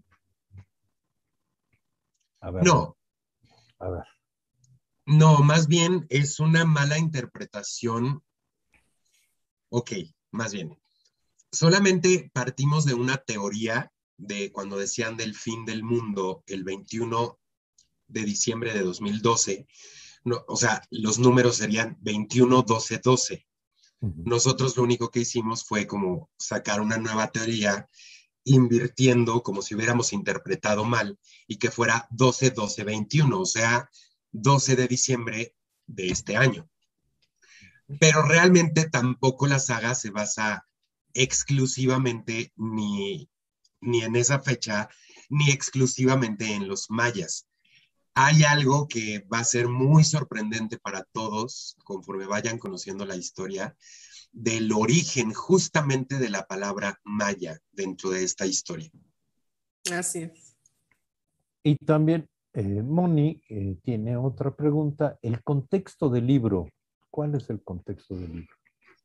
A ver. No. A ver. No, más bien es una mala interpretación. Ok, más bien. Solamente partimos de una teoría de cuando decían del fin del mundo el 21 de diciembre de 2012. No, o sea, los números serían 21, 12, 12. Nosotros lo único que hicimos fue como sacar una nueva teoría invirtiendo como si hubiéramos interpretado mal y que fuera 12, 12, 21, o sea, 12 de diciembre de este año. Pero realmente tampoco la saga se basa exclusivamente ni en esa fecha, ni exclusivamente en los mayas. Hay algo que va a ser muy sorprendente para todos conforme vayan conociendo la historia del origen justamente de la palabra maya dentro de esta historia. Así es. Y también Moni tiene otra pregunta. El contexto del libro. ¿Cuál es el contexto del libro?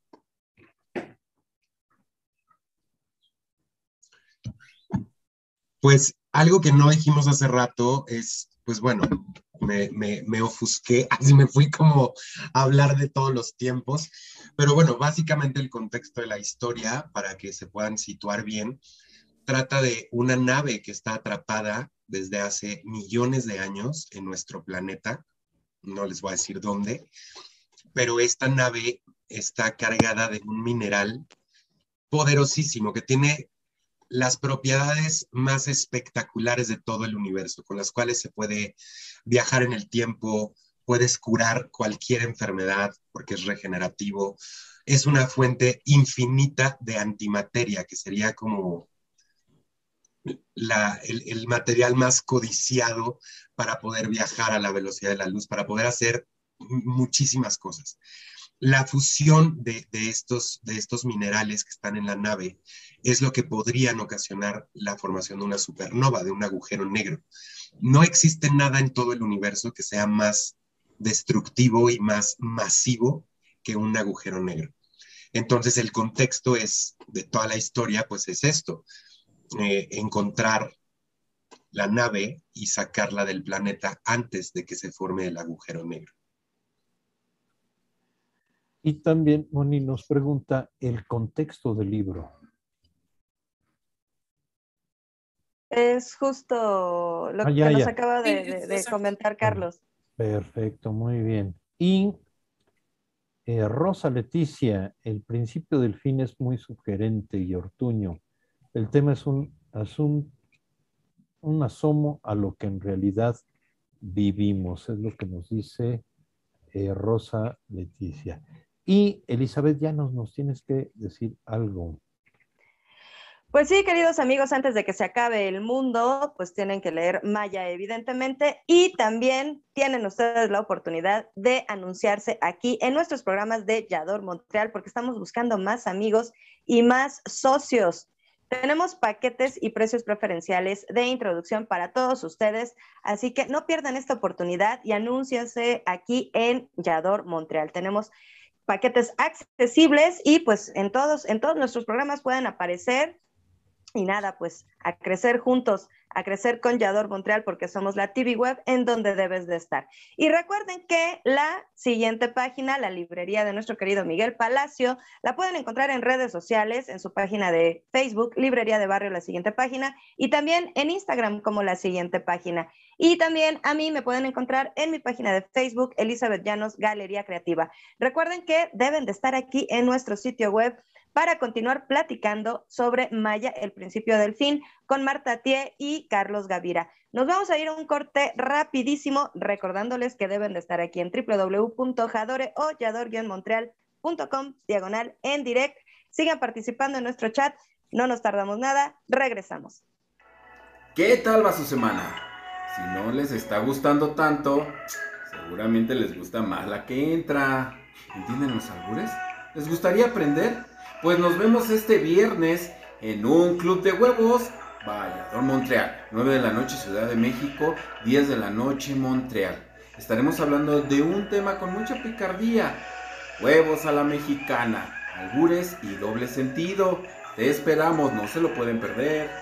Pues algo que no dijimos hace rato es, pues bueno, me ofusqué, así me fui como a hablar de todos los tiempos, pero bueno, básicamente el contexto de la historia, para que se puedan situar bien, trata de una nave que está atrapada desde hace millones de años en nuestro planeta, no les voy a decir dónde, pero esta nave está cargada de un mineral poderosísimo que tiene las propiedades más espectaculares de todo el universo, con las cuales se puede viajar en el tiempo, puedes curar cualquier enfermedad porque es regenerativo, es una fuente infinita de antimateria, que sería como el material más codiciado para poder viajar a la velocidad de la luz, para poder hacer muchísimas cosas. La fusión de estos minerales que están en la nave es lo que podrían ocasionar la formación de una supernova, de un agujero negro. No existe nada en todo el universo que sea más destructivo y más masivo que un agujero negro. Entonces el contexto de toda la historia, pues es esto, encontrar la nave y sacarla del planeta antes de que se forme el agujero negro. Y también Moni nos pregunta el contexto del libro. Es justo lo que nos acaba de comentar Carlos. Perfecto, muy bien. Y Rosa Leticia, el principio del fin es muy sugerente y ortuño. El tema es un asomo a lo que en realidad vivimos, es lo que nos dice Rosa Leticia. Y Elizabeth, ya nos tienes que decir algo. Pues sí, queridos amigos, antes de que se acabe el mundo, pues tienen que leer Maya, evidentemente, y también tienen ustedes la oportunidad de anunciarse aquí en nuestros programas de Yador Montreal, porque estamos buscando más amigos y más socios. Tenemos paquetes y precios preferenciales de introducción para todos ustedes, así que no pierdan esta oportunidad y anúnciense aquí en Yador Montreal. Tenemos paquetes accesibles y pues en todos nuestros programas pueden aparecer. Y nada, pues a crecer juntos, a crecer con Yador Montreal, porque somos la TV web en donde debes de estar. Y recuerden que la siguiente página, la librería de nuestro querido Miguel Palacio, la pueden encontrar en redes sociales, en su página de Facebook, Librería de Barrio, la siguiente página, y también en Instagram como la siguiente página. Y también a mí me pueden encontrar en mi página de Facebook, Elizabeth Llanos, Galería Creativa. Recuerden que deben de estar aquí en nuestro sitio web para continuar platicando sobre Maya, el principio del fin, con Marta Thié y Carlos Gavira. Nos vamos a ir a un corte rapidísimo, recordándoles que deben de estar aquí en www.jadore o yador-montreal.com/en direct. Sigan participando en nuestro chat, no nos tardamos nada, regresamos. ¿Qué tal va su semana? Si no les está gustando tanto, seguramente les gusta más la que entra. ¿Entienden los albures? ¿Les gustaría aprender? Pues nos vemos este viernes en un club de huevos, Yador Montreal, 9 de la noche Ciudad de México, 10 de la noche Montreal. Estaremos hablando de un tema con mucha picardía, huevos a la mexicana, albures y doble sentido. Te esperamos, no se lo pueden perder.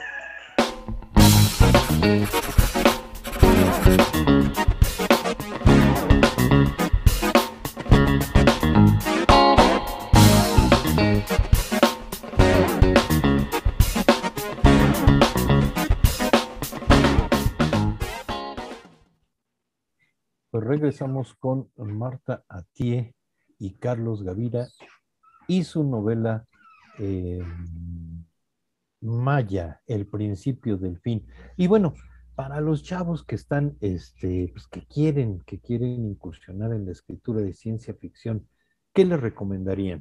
Pues regresamos con Marta Thié y Carlos Gavira y su novela Maya, el principio del fin. Y bueno, para los chavos que están, pues que quieren incursionar en la escritura de ciencia ficción, ¿qué les recomendarían?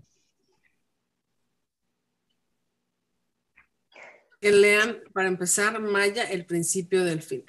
Que lean, para empezar, Maya, el principio del fin.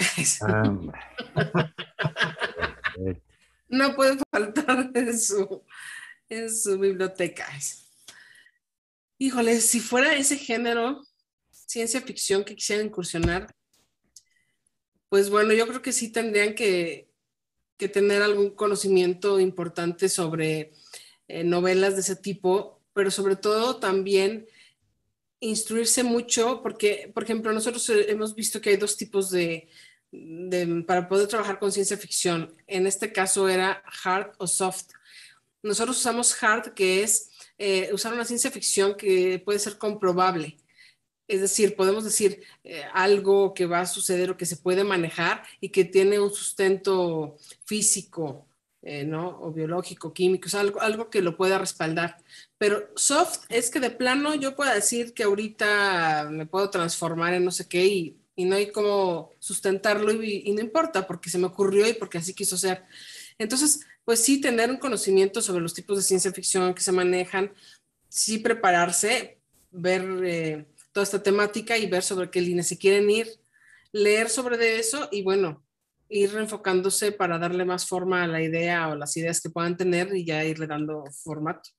No puede faltar en su biblioteca. Híjole, si fuera ese género, ciencia ficción que quisieran incursionar, pues bueno, yo creo que sí tendrían que tener algún conocimiento importante sobre novelas de ese tipo, pero sobre todo también instruirse mucho, porque, por ejemplo, nosotros hemos visto que hay dos tipos para poder trabajar con ciencia ficción. En este caso era hard o soft. Nosotros usamos hard, que es usar una ciencia ficción que puede ser comprobable. Es decir, podemos decir algo que va a suceder o que se puede manejar y que tiene un sustento físico, ¿no? O biológico, químico, o sea, algo que lo pueda respaldar. Pero soft es que de plano yo pueda decir que ahorita me puedo transformar en no sé qué y no hay cómo sustentarlo y no importa porque se me ocurrió y porque así quiso ser. Entonces, pues sí, tener un conocimiento sobre los tipos de ciencia ficción que se manejan, sí prepararse, ver toda esta temática y ver sobre qué líneas se quieren ir, leer sobre de eso y bueno, ir enfocándose para darle más forma a la idea o las ideas que puedan tener y ya irle dando formato.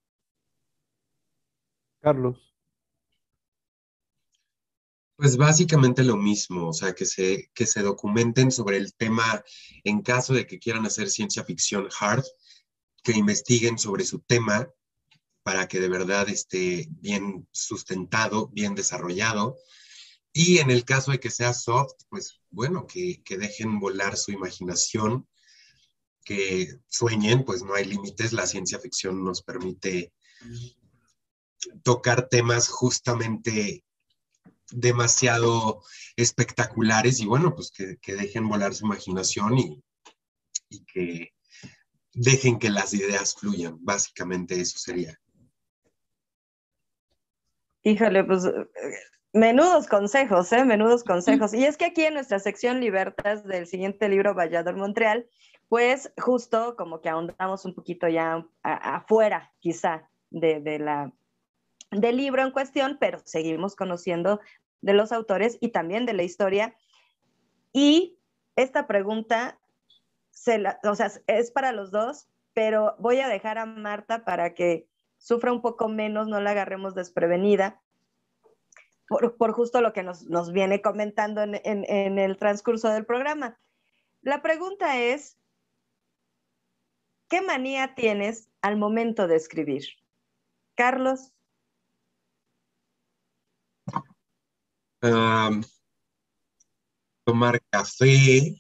Carlos. Pues básicamente lo mismo, o sea, que se documenten sobre el tema en caso de que quieran hacer ciencia ficción hard, que investiguen sobre su tema para que de verdad esté bien sustentado, bien desarrollado. Y en el caso de que sea soft, pues bueno, que dejen volar su imaginación, que sueñen, pues no hay límites, la ciencia ficción nos permite tocar temas justamente demasiado espectaculares y bueno, pues que dejen volar su imaginación y que dejen que las ideas fluyan. Básicamente eso sería. Híjole, pues menudos consejos, ¿eh? Menudos consejos. Y es que aquí en nuestra sección Libertas del siguiente libro, Vallador Montreal, pues justo como que ahondamos un poquito ya afuera, quizá, del libro en cuestión, pero seguimos conociendo de los autores y también de la historia. Y esta pregunta, o sea, es para los dos, pero voy a dejar a Marta para que sufra un poco menos, no la agarremos desprevenida, por justo lo que nos viene comentando en el transcurso del programa. La pregunta es, ¿qué manía tienes al momento de escribir? Carlos. Tomar café,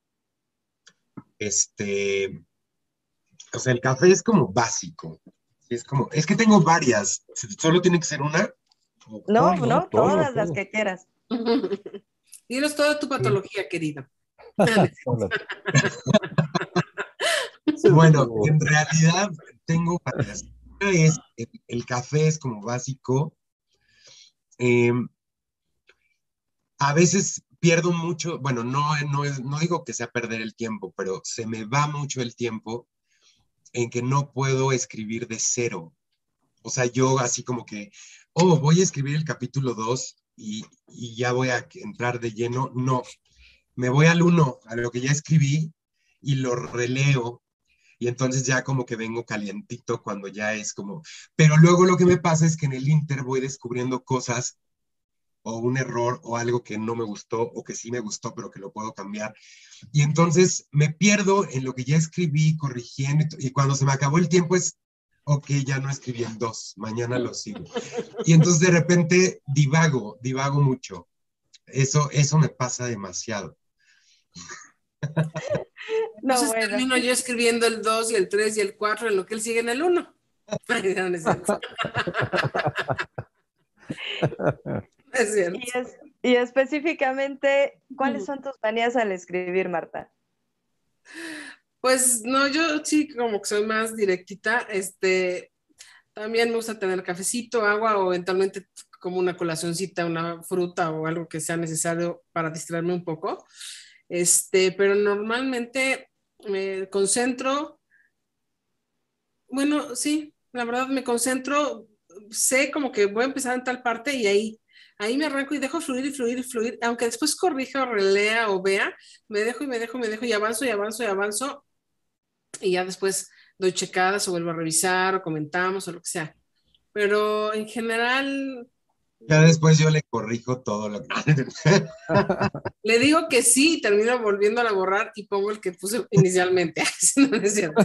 o sea, el café es como básico. Es que tengo varias. ¿Solo tiene que ser una? No, todas las que quieras. Dinos toda tu patología, querido. Bueno, en realidad tengo varias. Una es, el café es como básico. A veces pierdo mucho, bueno, no digo que sea perder el tiempo, pero se me va mucho el tiempo en que no puedo escribir de cero. O sea, yo así como que, voy a escribir el capítulo 2 y ya voy a entrar de lleno. No, me voy al 1, a lo que ya escribí, y lo releo. Y entonces ya como que vengo calientito cuando ya es como... Pero luego lo que me pasa es que en el Inter voy descubriendo cosas o un error o algo que no me gustó o que sí me gustó pero que lo puedo cambiar. Y entonces me pierdo en lo que ya escribí, corrigiendo, y cuando se me acabó el tiempo es, ok, ya no escribí el 2, mañana lo sigo. Y entonces de repente divago mucho. Eso me pasa demasiado. No, entonces bueno, termino yo escribiendo el 2 y el 3 y el 4 en lo que él sigue en el 1. Es cierto. Y específicamente, ¿cuáles son tus manías al escribir, Marta? Pues no, yo sí como que soy más directita. También me gusta tener cafecito, agua o eventualmente como una colacioncita, una fruta o algo que sea necesario para distraerme un poco. Pero normalmente me concentro, bueno, sí, la verdad me concentro, sé como que voy a empezar en tal parte y ahí me arranco y dejo fluir y fluir y fluir, aunque después corrija o relea o vea, me dejo y avanzo y avanzo y avanzo y ya después doy checadas o vuelvo a revisar o comentamos o lo que sea. Pero en general... Ya después yo le corrijo todo lo que... Le digo que sí, termino volviendo a borrar y pongo el que puse inicialmente. No es cierto.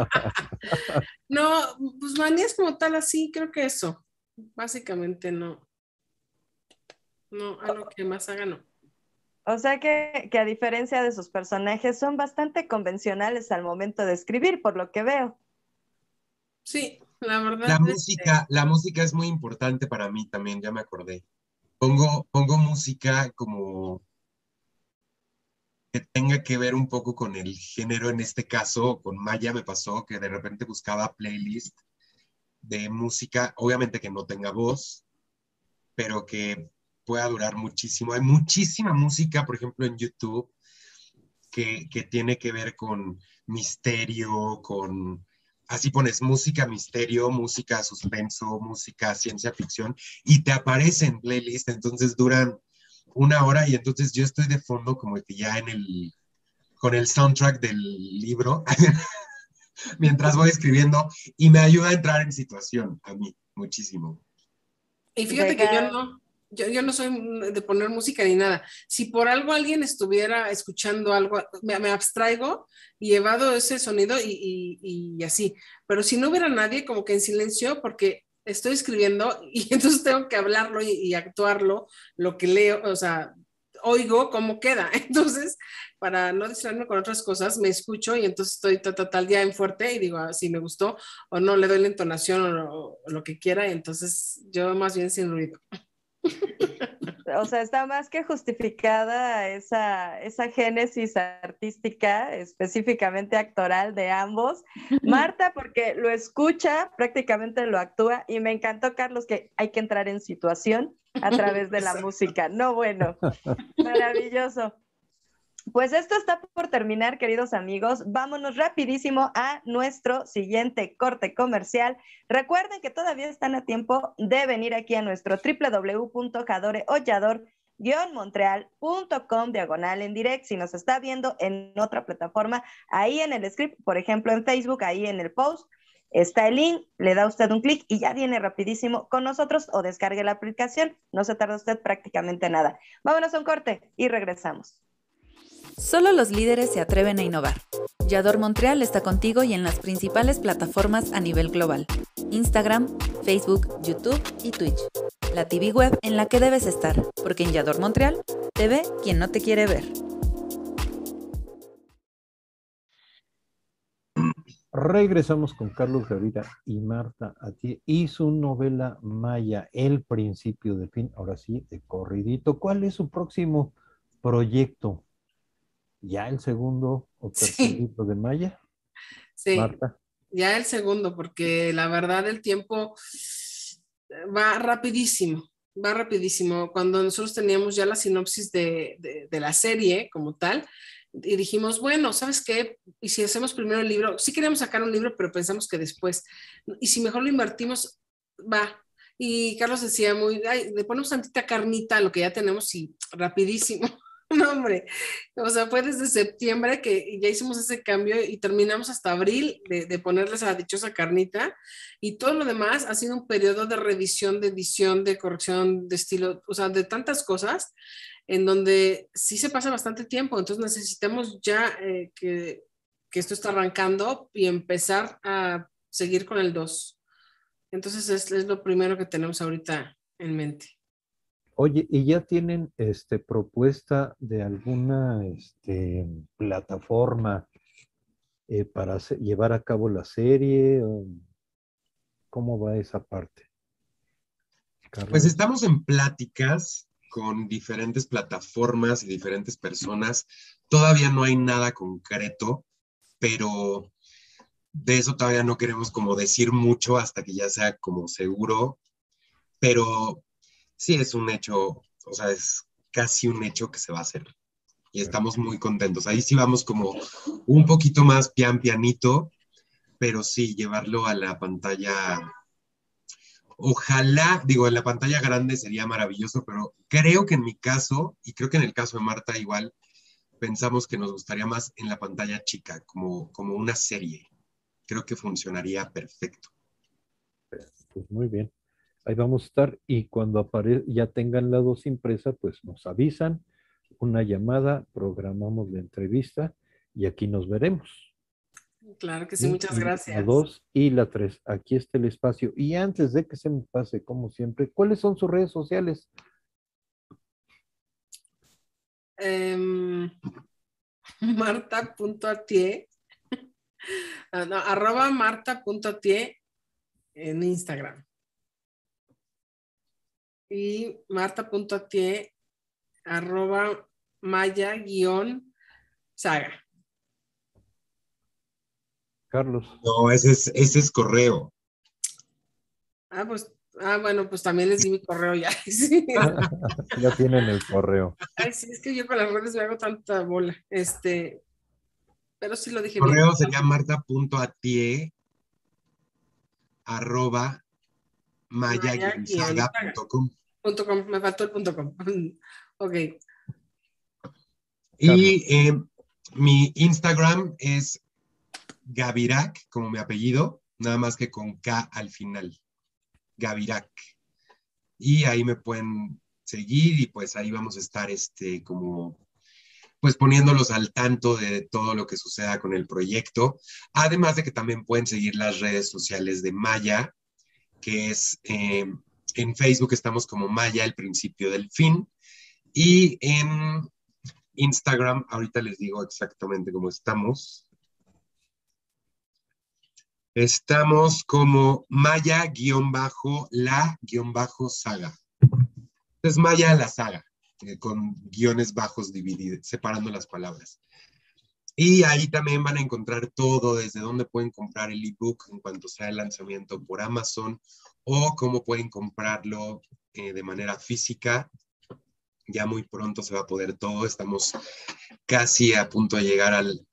No, pues manías como tal así, creo que eso. Básicamente no. No, algo que más haga no. O sea que a diferencia de sus personajes, son bastante convencionales al momento de escribir, por lo que veo. Sí, la verdad. La música es muy importante para mí también, ya me acordé. Pongo música como que tenga que ver un poco con el género, en este caso, con Maya me pasó que de repente buscaba playlist de música, obviamente que no tenga voz, pero que pueda durar muchísimo. Hay muchísima música, por ejemplo, en YouTube, que tiene que ver con misterio, así pones música misterio, música suspenso, música ciencia ficción, y te aparecen playlist, entonces duran 1 hora, y entonces yo estoy de fondo como que ya con el soundtrack del libro, mientras voy escribiendo, y me ayuda a entrar en situación a mí, muchísimo. Y fíjate que yo no soy de poner música ni nada. Si por algo alguien estuviera escuchando algo, me abstraigo y evado ese sonido y así. Pero si no hubiera nadie, como que en silencio, porque estoy escribiendo y entonces tengo que hablarlo y actuarlo, lo que leo, o sea, oigo cómo queda. Entonces, para no distraerme con otras cosas, me escucho y entonces estoy tal día en fuerte y digo, si me gustó o no, le doy la entonación o lo que quiera. Y entonces yo más bien sin ruido. O sea, está más que justificada esa génesis artística, específicamente actoral de ambos. Marta, porque lo escucha, prácticamente lo actúa, y me encantó, Carlos, que hay que entrar en situación a través de la música. No, bueno, maravilloso. Pues esto está por terminar, queridos amigos. Vámonos rapidísimo a nuestro siguiente corte comercial. Recuerden que todavía están a tiempo de venir aquí a nuestro www.jadoreollador-montreal.com/ en direct. Si nos está viendo en otra plataforma, ahí en el script, por ejemplo en Facebook, ahí en el post, está el link, le da usted un clic y ya viene rapidísimo con nosotros, o descargue la aplicación. No se tarda usted prácticamente nada. Vámonos a un corte y regresamos. Solo los líderes se atreven a innovar. Yador Montreal está contigo y en las principales plataformas a nivel global: Instagram, Facebook, YouTube y Twitch. La TV web en la que debes estar, porque en Yador Montreal te ve quien no te quiere ver. Regresamos con Carlos Gavira y Marta Atié y su novela Maya, El principio del fin. Ahora sí, de corridito. ¿Cuál es su próximo proyecto? ¿Ya el segundo o tercer libro de Maya? Sí, Marta. Ya el segundo, porque la verdad el tiempo va rapidísimo, va rapidísimo. Cuando nosotros teníamos ya la sinopsis de la serie como tal, y dijimos, bueno, ¿sabes qué? Y si hacemos primero el libro, sí queríamos sacar un libro, pero pensamos que después, y si mejor lo invertimos, va. Y Carlos decía le ponemos tantita carnita a lo que ya tenemos y rapidísimo. No, hombre, o sea, fue desde septiembre que ya hicimos ese cambio y terminamos hasta abril de ponerles a la dichosa carnita, y todo lo demás ha sido un periodo de revisión, de edición, de corrección, de estilo, o sea, de tantas cosas en donde sí se pasa bastante tiempo. Entonces necesitamos ya que esto está arrancando y empezar a seguir con el 2. Entonces es lo primero que tenemos ahorita en mente. Oye, ¿y ya tienen propuesta de alguna plataforma para llevar a cabo la serie? ¿Cómo va esa parte, Carlos? Pues estamos en pláticas con diferentes plataformas y diferentes personas. Todavía no hay nada concreto, pero de eso todavía no queremos como decir mucho hasta que ya sea como seguro. Pero sí es un hecho, o sea, es casi un hecho que se va a hacer. Y estamos muy contentos. Ahí sí vamos como un poquito más pianito, pero sí, llevarlo a la pantalla. Ojalá, digo, en la pantalla grande sería maravilloso, pero creo que en mi caso, y creo que en el caso de Marta igual, pensamos que nos gustaría más en la pantalla chica, como una serie. Creo que funcionaría perfecto. Pues muy bien. Ahí vamos a estar, y cuando ya tengan la 2 impresa, pues nos avisan, una llamada, programamos la entrevista y aquí nos veremos. Claro que sí, muchas gracias. La 2 y la 3, aquí está el espacio. Y antes de que se me pase, como siempre, ¿cuáles son sus redes sociales? Marta.atié, no, @marta.atié en Instagram. Y marta.atié @maya_saga. Carlos. No, ese es correo. Bueno, pues también les di mi correo ya. Sí. Ya tienen el correo. Ay, sí, es que yo con las redes me hago tanta bola. Pero sí lo dije El correo bien. sería marta.atié @maya-saga.com. Me faltó el .com. Ok. Y mi Instagram es Gavirac, como mi apellido, nada más que con K al final. Gavirac. Y ahí me pueden seguir y pues ahí vamos a estar como pues poniéndolos al tanto de todo lo que suceda con el proyecto. Además de que también pueden seguir las redes sociales de Maya, que es en Facebook estamos como Maya, el principio del fin. Y en Instagram, ahorita les digo exactamente cómo estamos. Estamos como Maya-la-saga. Es Maya la saga, con guiones bajos divididos, separando las palabras. Y ahí también van a encontrar todo, desde dónde pueden comprar el ebook en cuanto sea el lanzamiento por Amazon, o cómo pueden comprarlo de manera física. Ya muy pronto se va a poder todo. Estamos casi a punto de llegar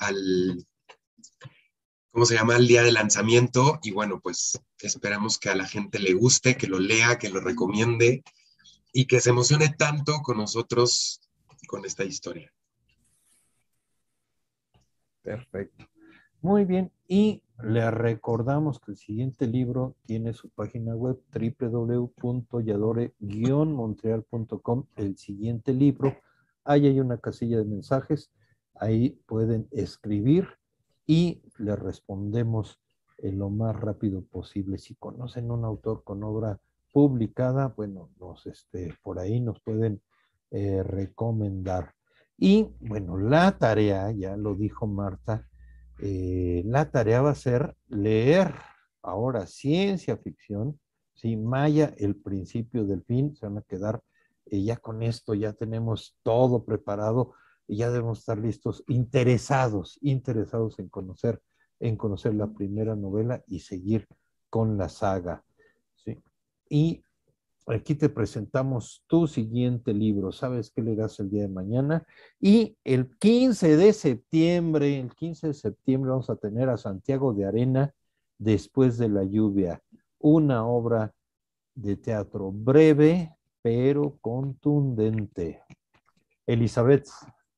¿cómo se llama? Al día de lanzamiento. Y bueno, pues esperamos que a la gente le guste, que lo lea, que lo recomiende y que se emocione tanto con nosotros con esta historia. Perfecto. Muy bien. Y le recordamos que el siguiente libro tiene su página web www.yadore-montreal.com. El siguiente libro, ahí hay una casilla de mensajes, ahí pueden escribir y le respondemos lo más rápido posible. Si conocen un autor con obra publicada, bueno, por ahí nos pueden recomendar. Y bueno, la tarea, ya lo dijo Marta, la tarea va a ser leer ahora ciencia ficción, ¿sí? Maya, el principio del fin. Se van a quedar ya con esto, ya tenemos todo preparado y ya debemos estar listos, interesados en conocer la primera novela y seguir con la saga, ¿sí? Y aquí te presentamos tu siguiente libro. ¿Sabes qué leerás el día de mañana? Y el 15 de septiembre vamos a tener a Santiago de Arena, Después de la lluvia, una obra de teatro breve, pero contundente. Elizabeth.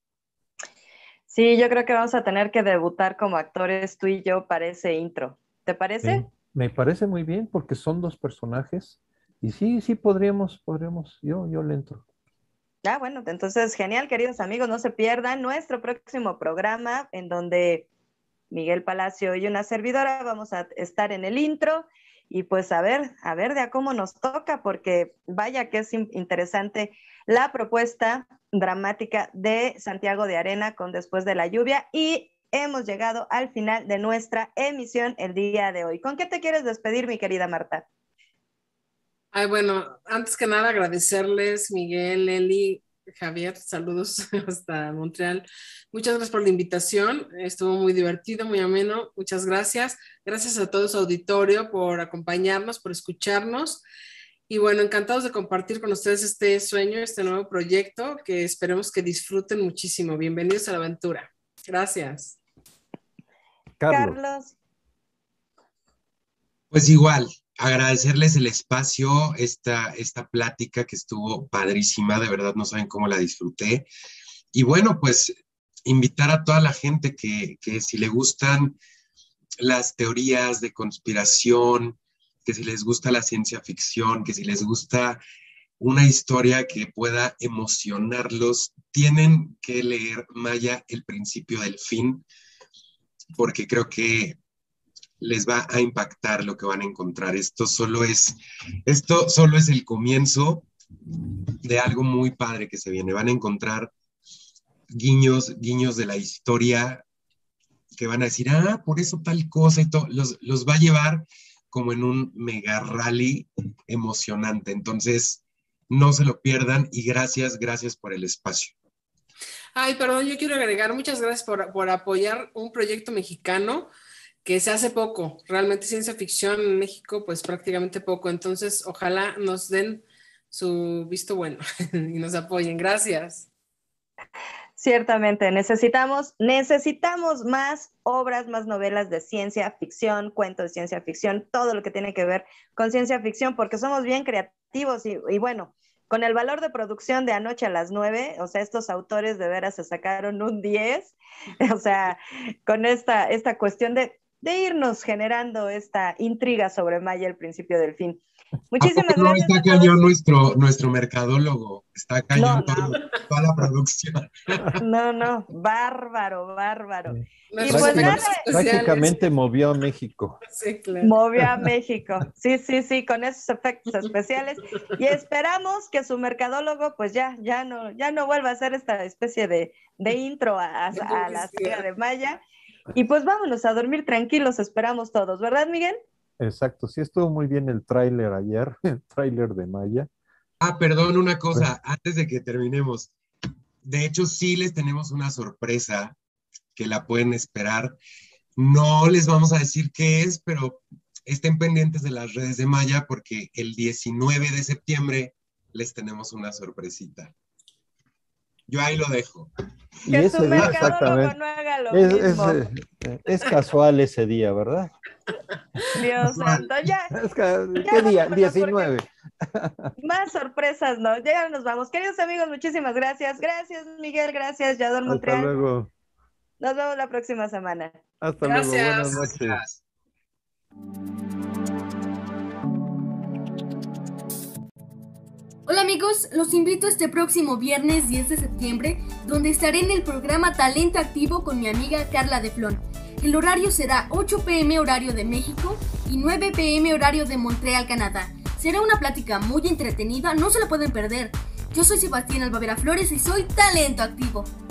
Sí, yo creo que vamos a tener que debutar como actores tú y yo para ese intro. ¿Te parece? Me parece muy bien porque son dos personajes. Y sí, podríamos, yo le entro. Ah, bueno, entonces genial, queridos amigos, no se pierdan nuestro próximo programa en donde Miguel Palacio y una servidora vamos a estar en el intro y pues a ver de a cómo nos toca, porque vaya que es interesante la propuesta dramática de Santiago de Arena con Después de la lluvia, y hemos llegado al final de nuestra emisión el día de hoy. ¿Con qué te quieres despedir, mi querida Marta? Ay, bueno, antes que nada agradecerles, Miguel, Eli, Javier, saludos hasta Montreal. Muchas gracias por la invitación, estuvo muy divertido, muy ameno, muchas gracias. Gracias a todo su auditorio por acompañarnos, por escucharnos. Y bueno, encantados de compartir con ustedes este sueño, este nuevo proyecto que esperemos que disfruten muchísimo. Bienvenidos a la aventura. Gracias. Carlos. Pues igual, agradecerles el espacio, esta plática que estuvo padrísima, de verdad no saben cómo la disfruté. Y bueno, pues invitar a toda la gente que si le gustan las teorías de conspiración, que si les gusta la ciencia ficción, que si les gusta una historia que pueda emocionarlos, tienen que leer Maya, el principio del fin, porque creo que les va a impactar lo que van a encontrar. Esto solo es el comienzo de algo muy padre que se viene. Van a encontrar guiños de la historia que van a decir, por eso tal cosa, y todo. Los va a llevar como en un mega rally emocionante. Entonces, no se lo pierdan y gracias por el espacio. Ay, perdón, yo quiero agregar, muchas gracias por apoyar un proyecto mexicano que se hace poco. Realmente ciencia ficción en México, pues prácticamente poco. Entonces, ojalá nos den su visto bueno y nos apoyen. Gracias. Ciertamente, necesitamos más obras, más novelas de ciencia ficción, cuentos de ciencia ficción, todo lo que tiene que ver con ciencia ficción, porque somos bien creativos y bueno, con el valor de producción de Anoche a las 9, o sea, estos autores de veras se sacaron un 10, o sea, con esta cuestión de irnos generando esta intriga sobre Maya, el principio del fin. Muchísimas gracias. No está cañón nuestro mercadólogo, está cañón toda la producción. No, bárbaro. Y pues nada, prácticamente movió a México. Sí, claro. Movió a México, sí, con esos efectos especiales. Y esperamos que su mercadólogo pues ya no vuelva a hacer esta especie de intro a la saga de Maya. Y pues vámonos a dormir tranquilos, esperamos todos, ¿verdad, Miguel? Exacto, sí estuvo muy bien el tráiler ayer, el tráiler de Maya. Perdón, una cosa, antes de que terminemos. De hecho, sí les tenemos una sorpresa que la pueden esperar. No les vamos a decir qué es, pero estén pendientes de las redes de Maya porque el 19 de septiembre les tenemos una sorpresita. Yo ahí lo dejo. Y Que ese tu día, mercadólogo exactamente, no haga lo mismo. es casual ese día, ¿verdad? Dios santo, ya. ¿Qué día? vámonos, 19. Más sorpresas, ¿no? Ya nos vamos. Queridos amigos, muchísimas gracias. Gracias, Miguel. Gracias, Yador Hasta Montreal. luego. Nos vemos la próxima semana. Hasta Gracias. luego. Buenas noches. Gracias. Hola amigos, los invito este próximo viernes 10 de septiembre, donde estaré en el programa Talento Activo con mi amiga Carla de Flon. El horario será 8 p.m. horario de México y 9 p.m. horario de Montreal, Canadá. Será una plática muy entretenida, no se la pueden perder. Yo soy Sebastián Albavera Flores y soy Talento Activo.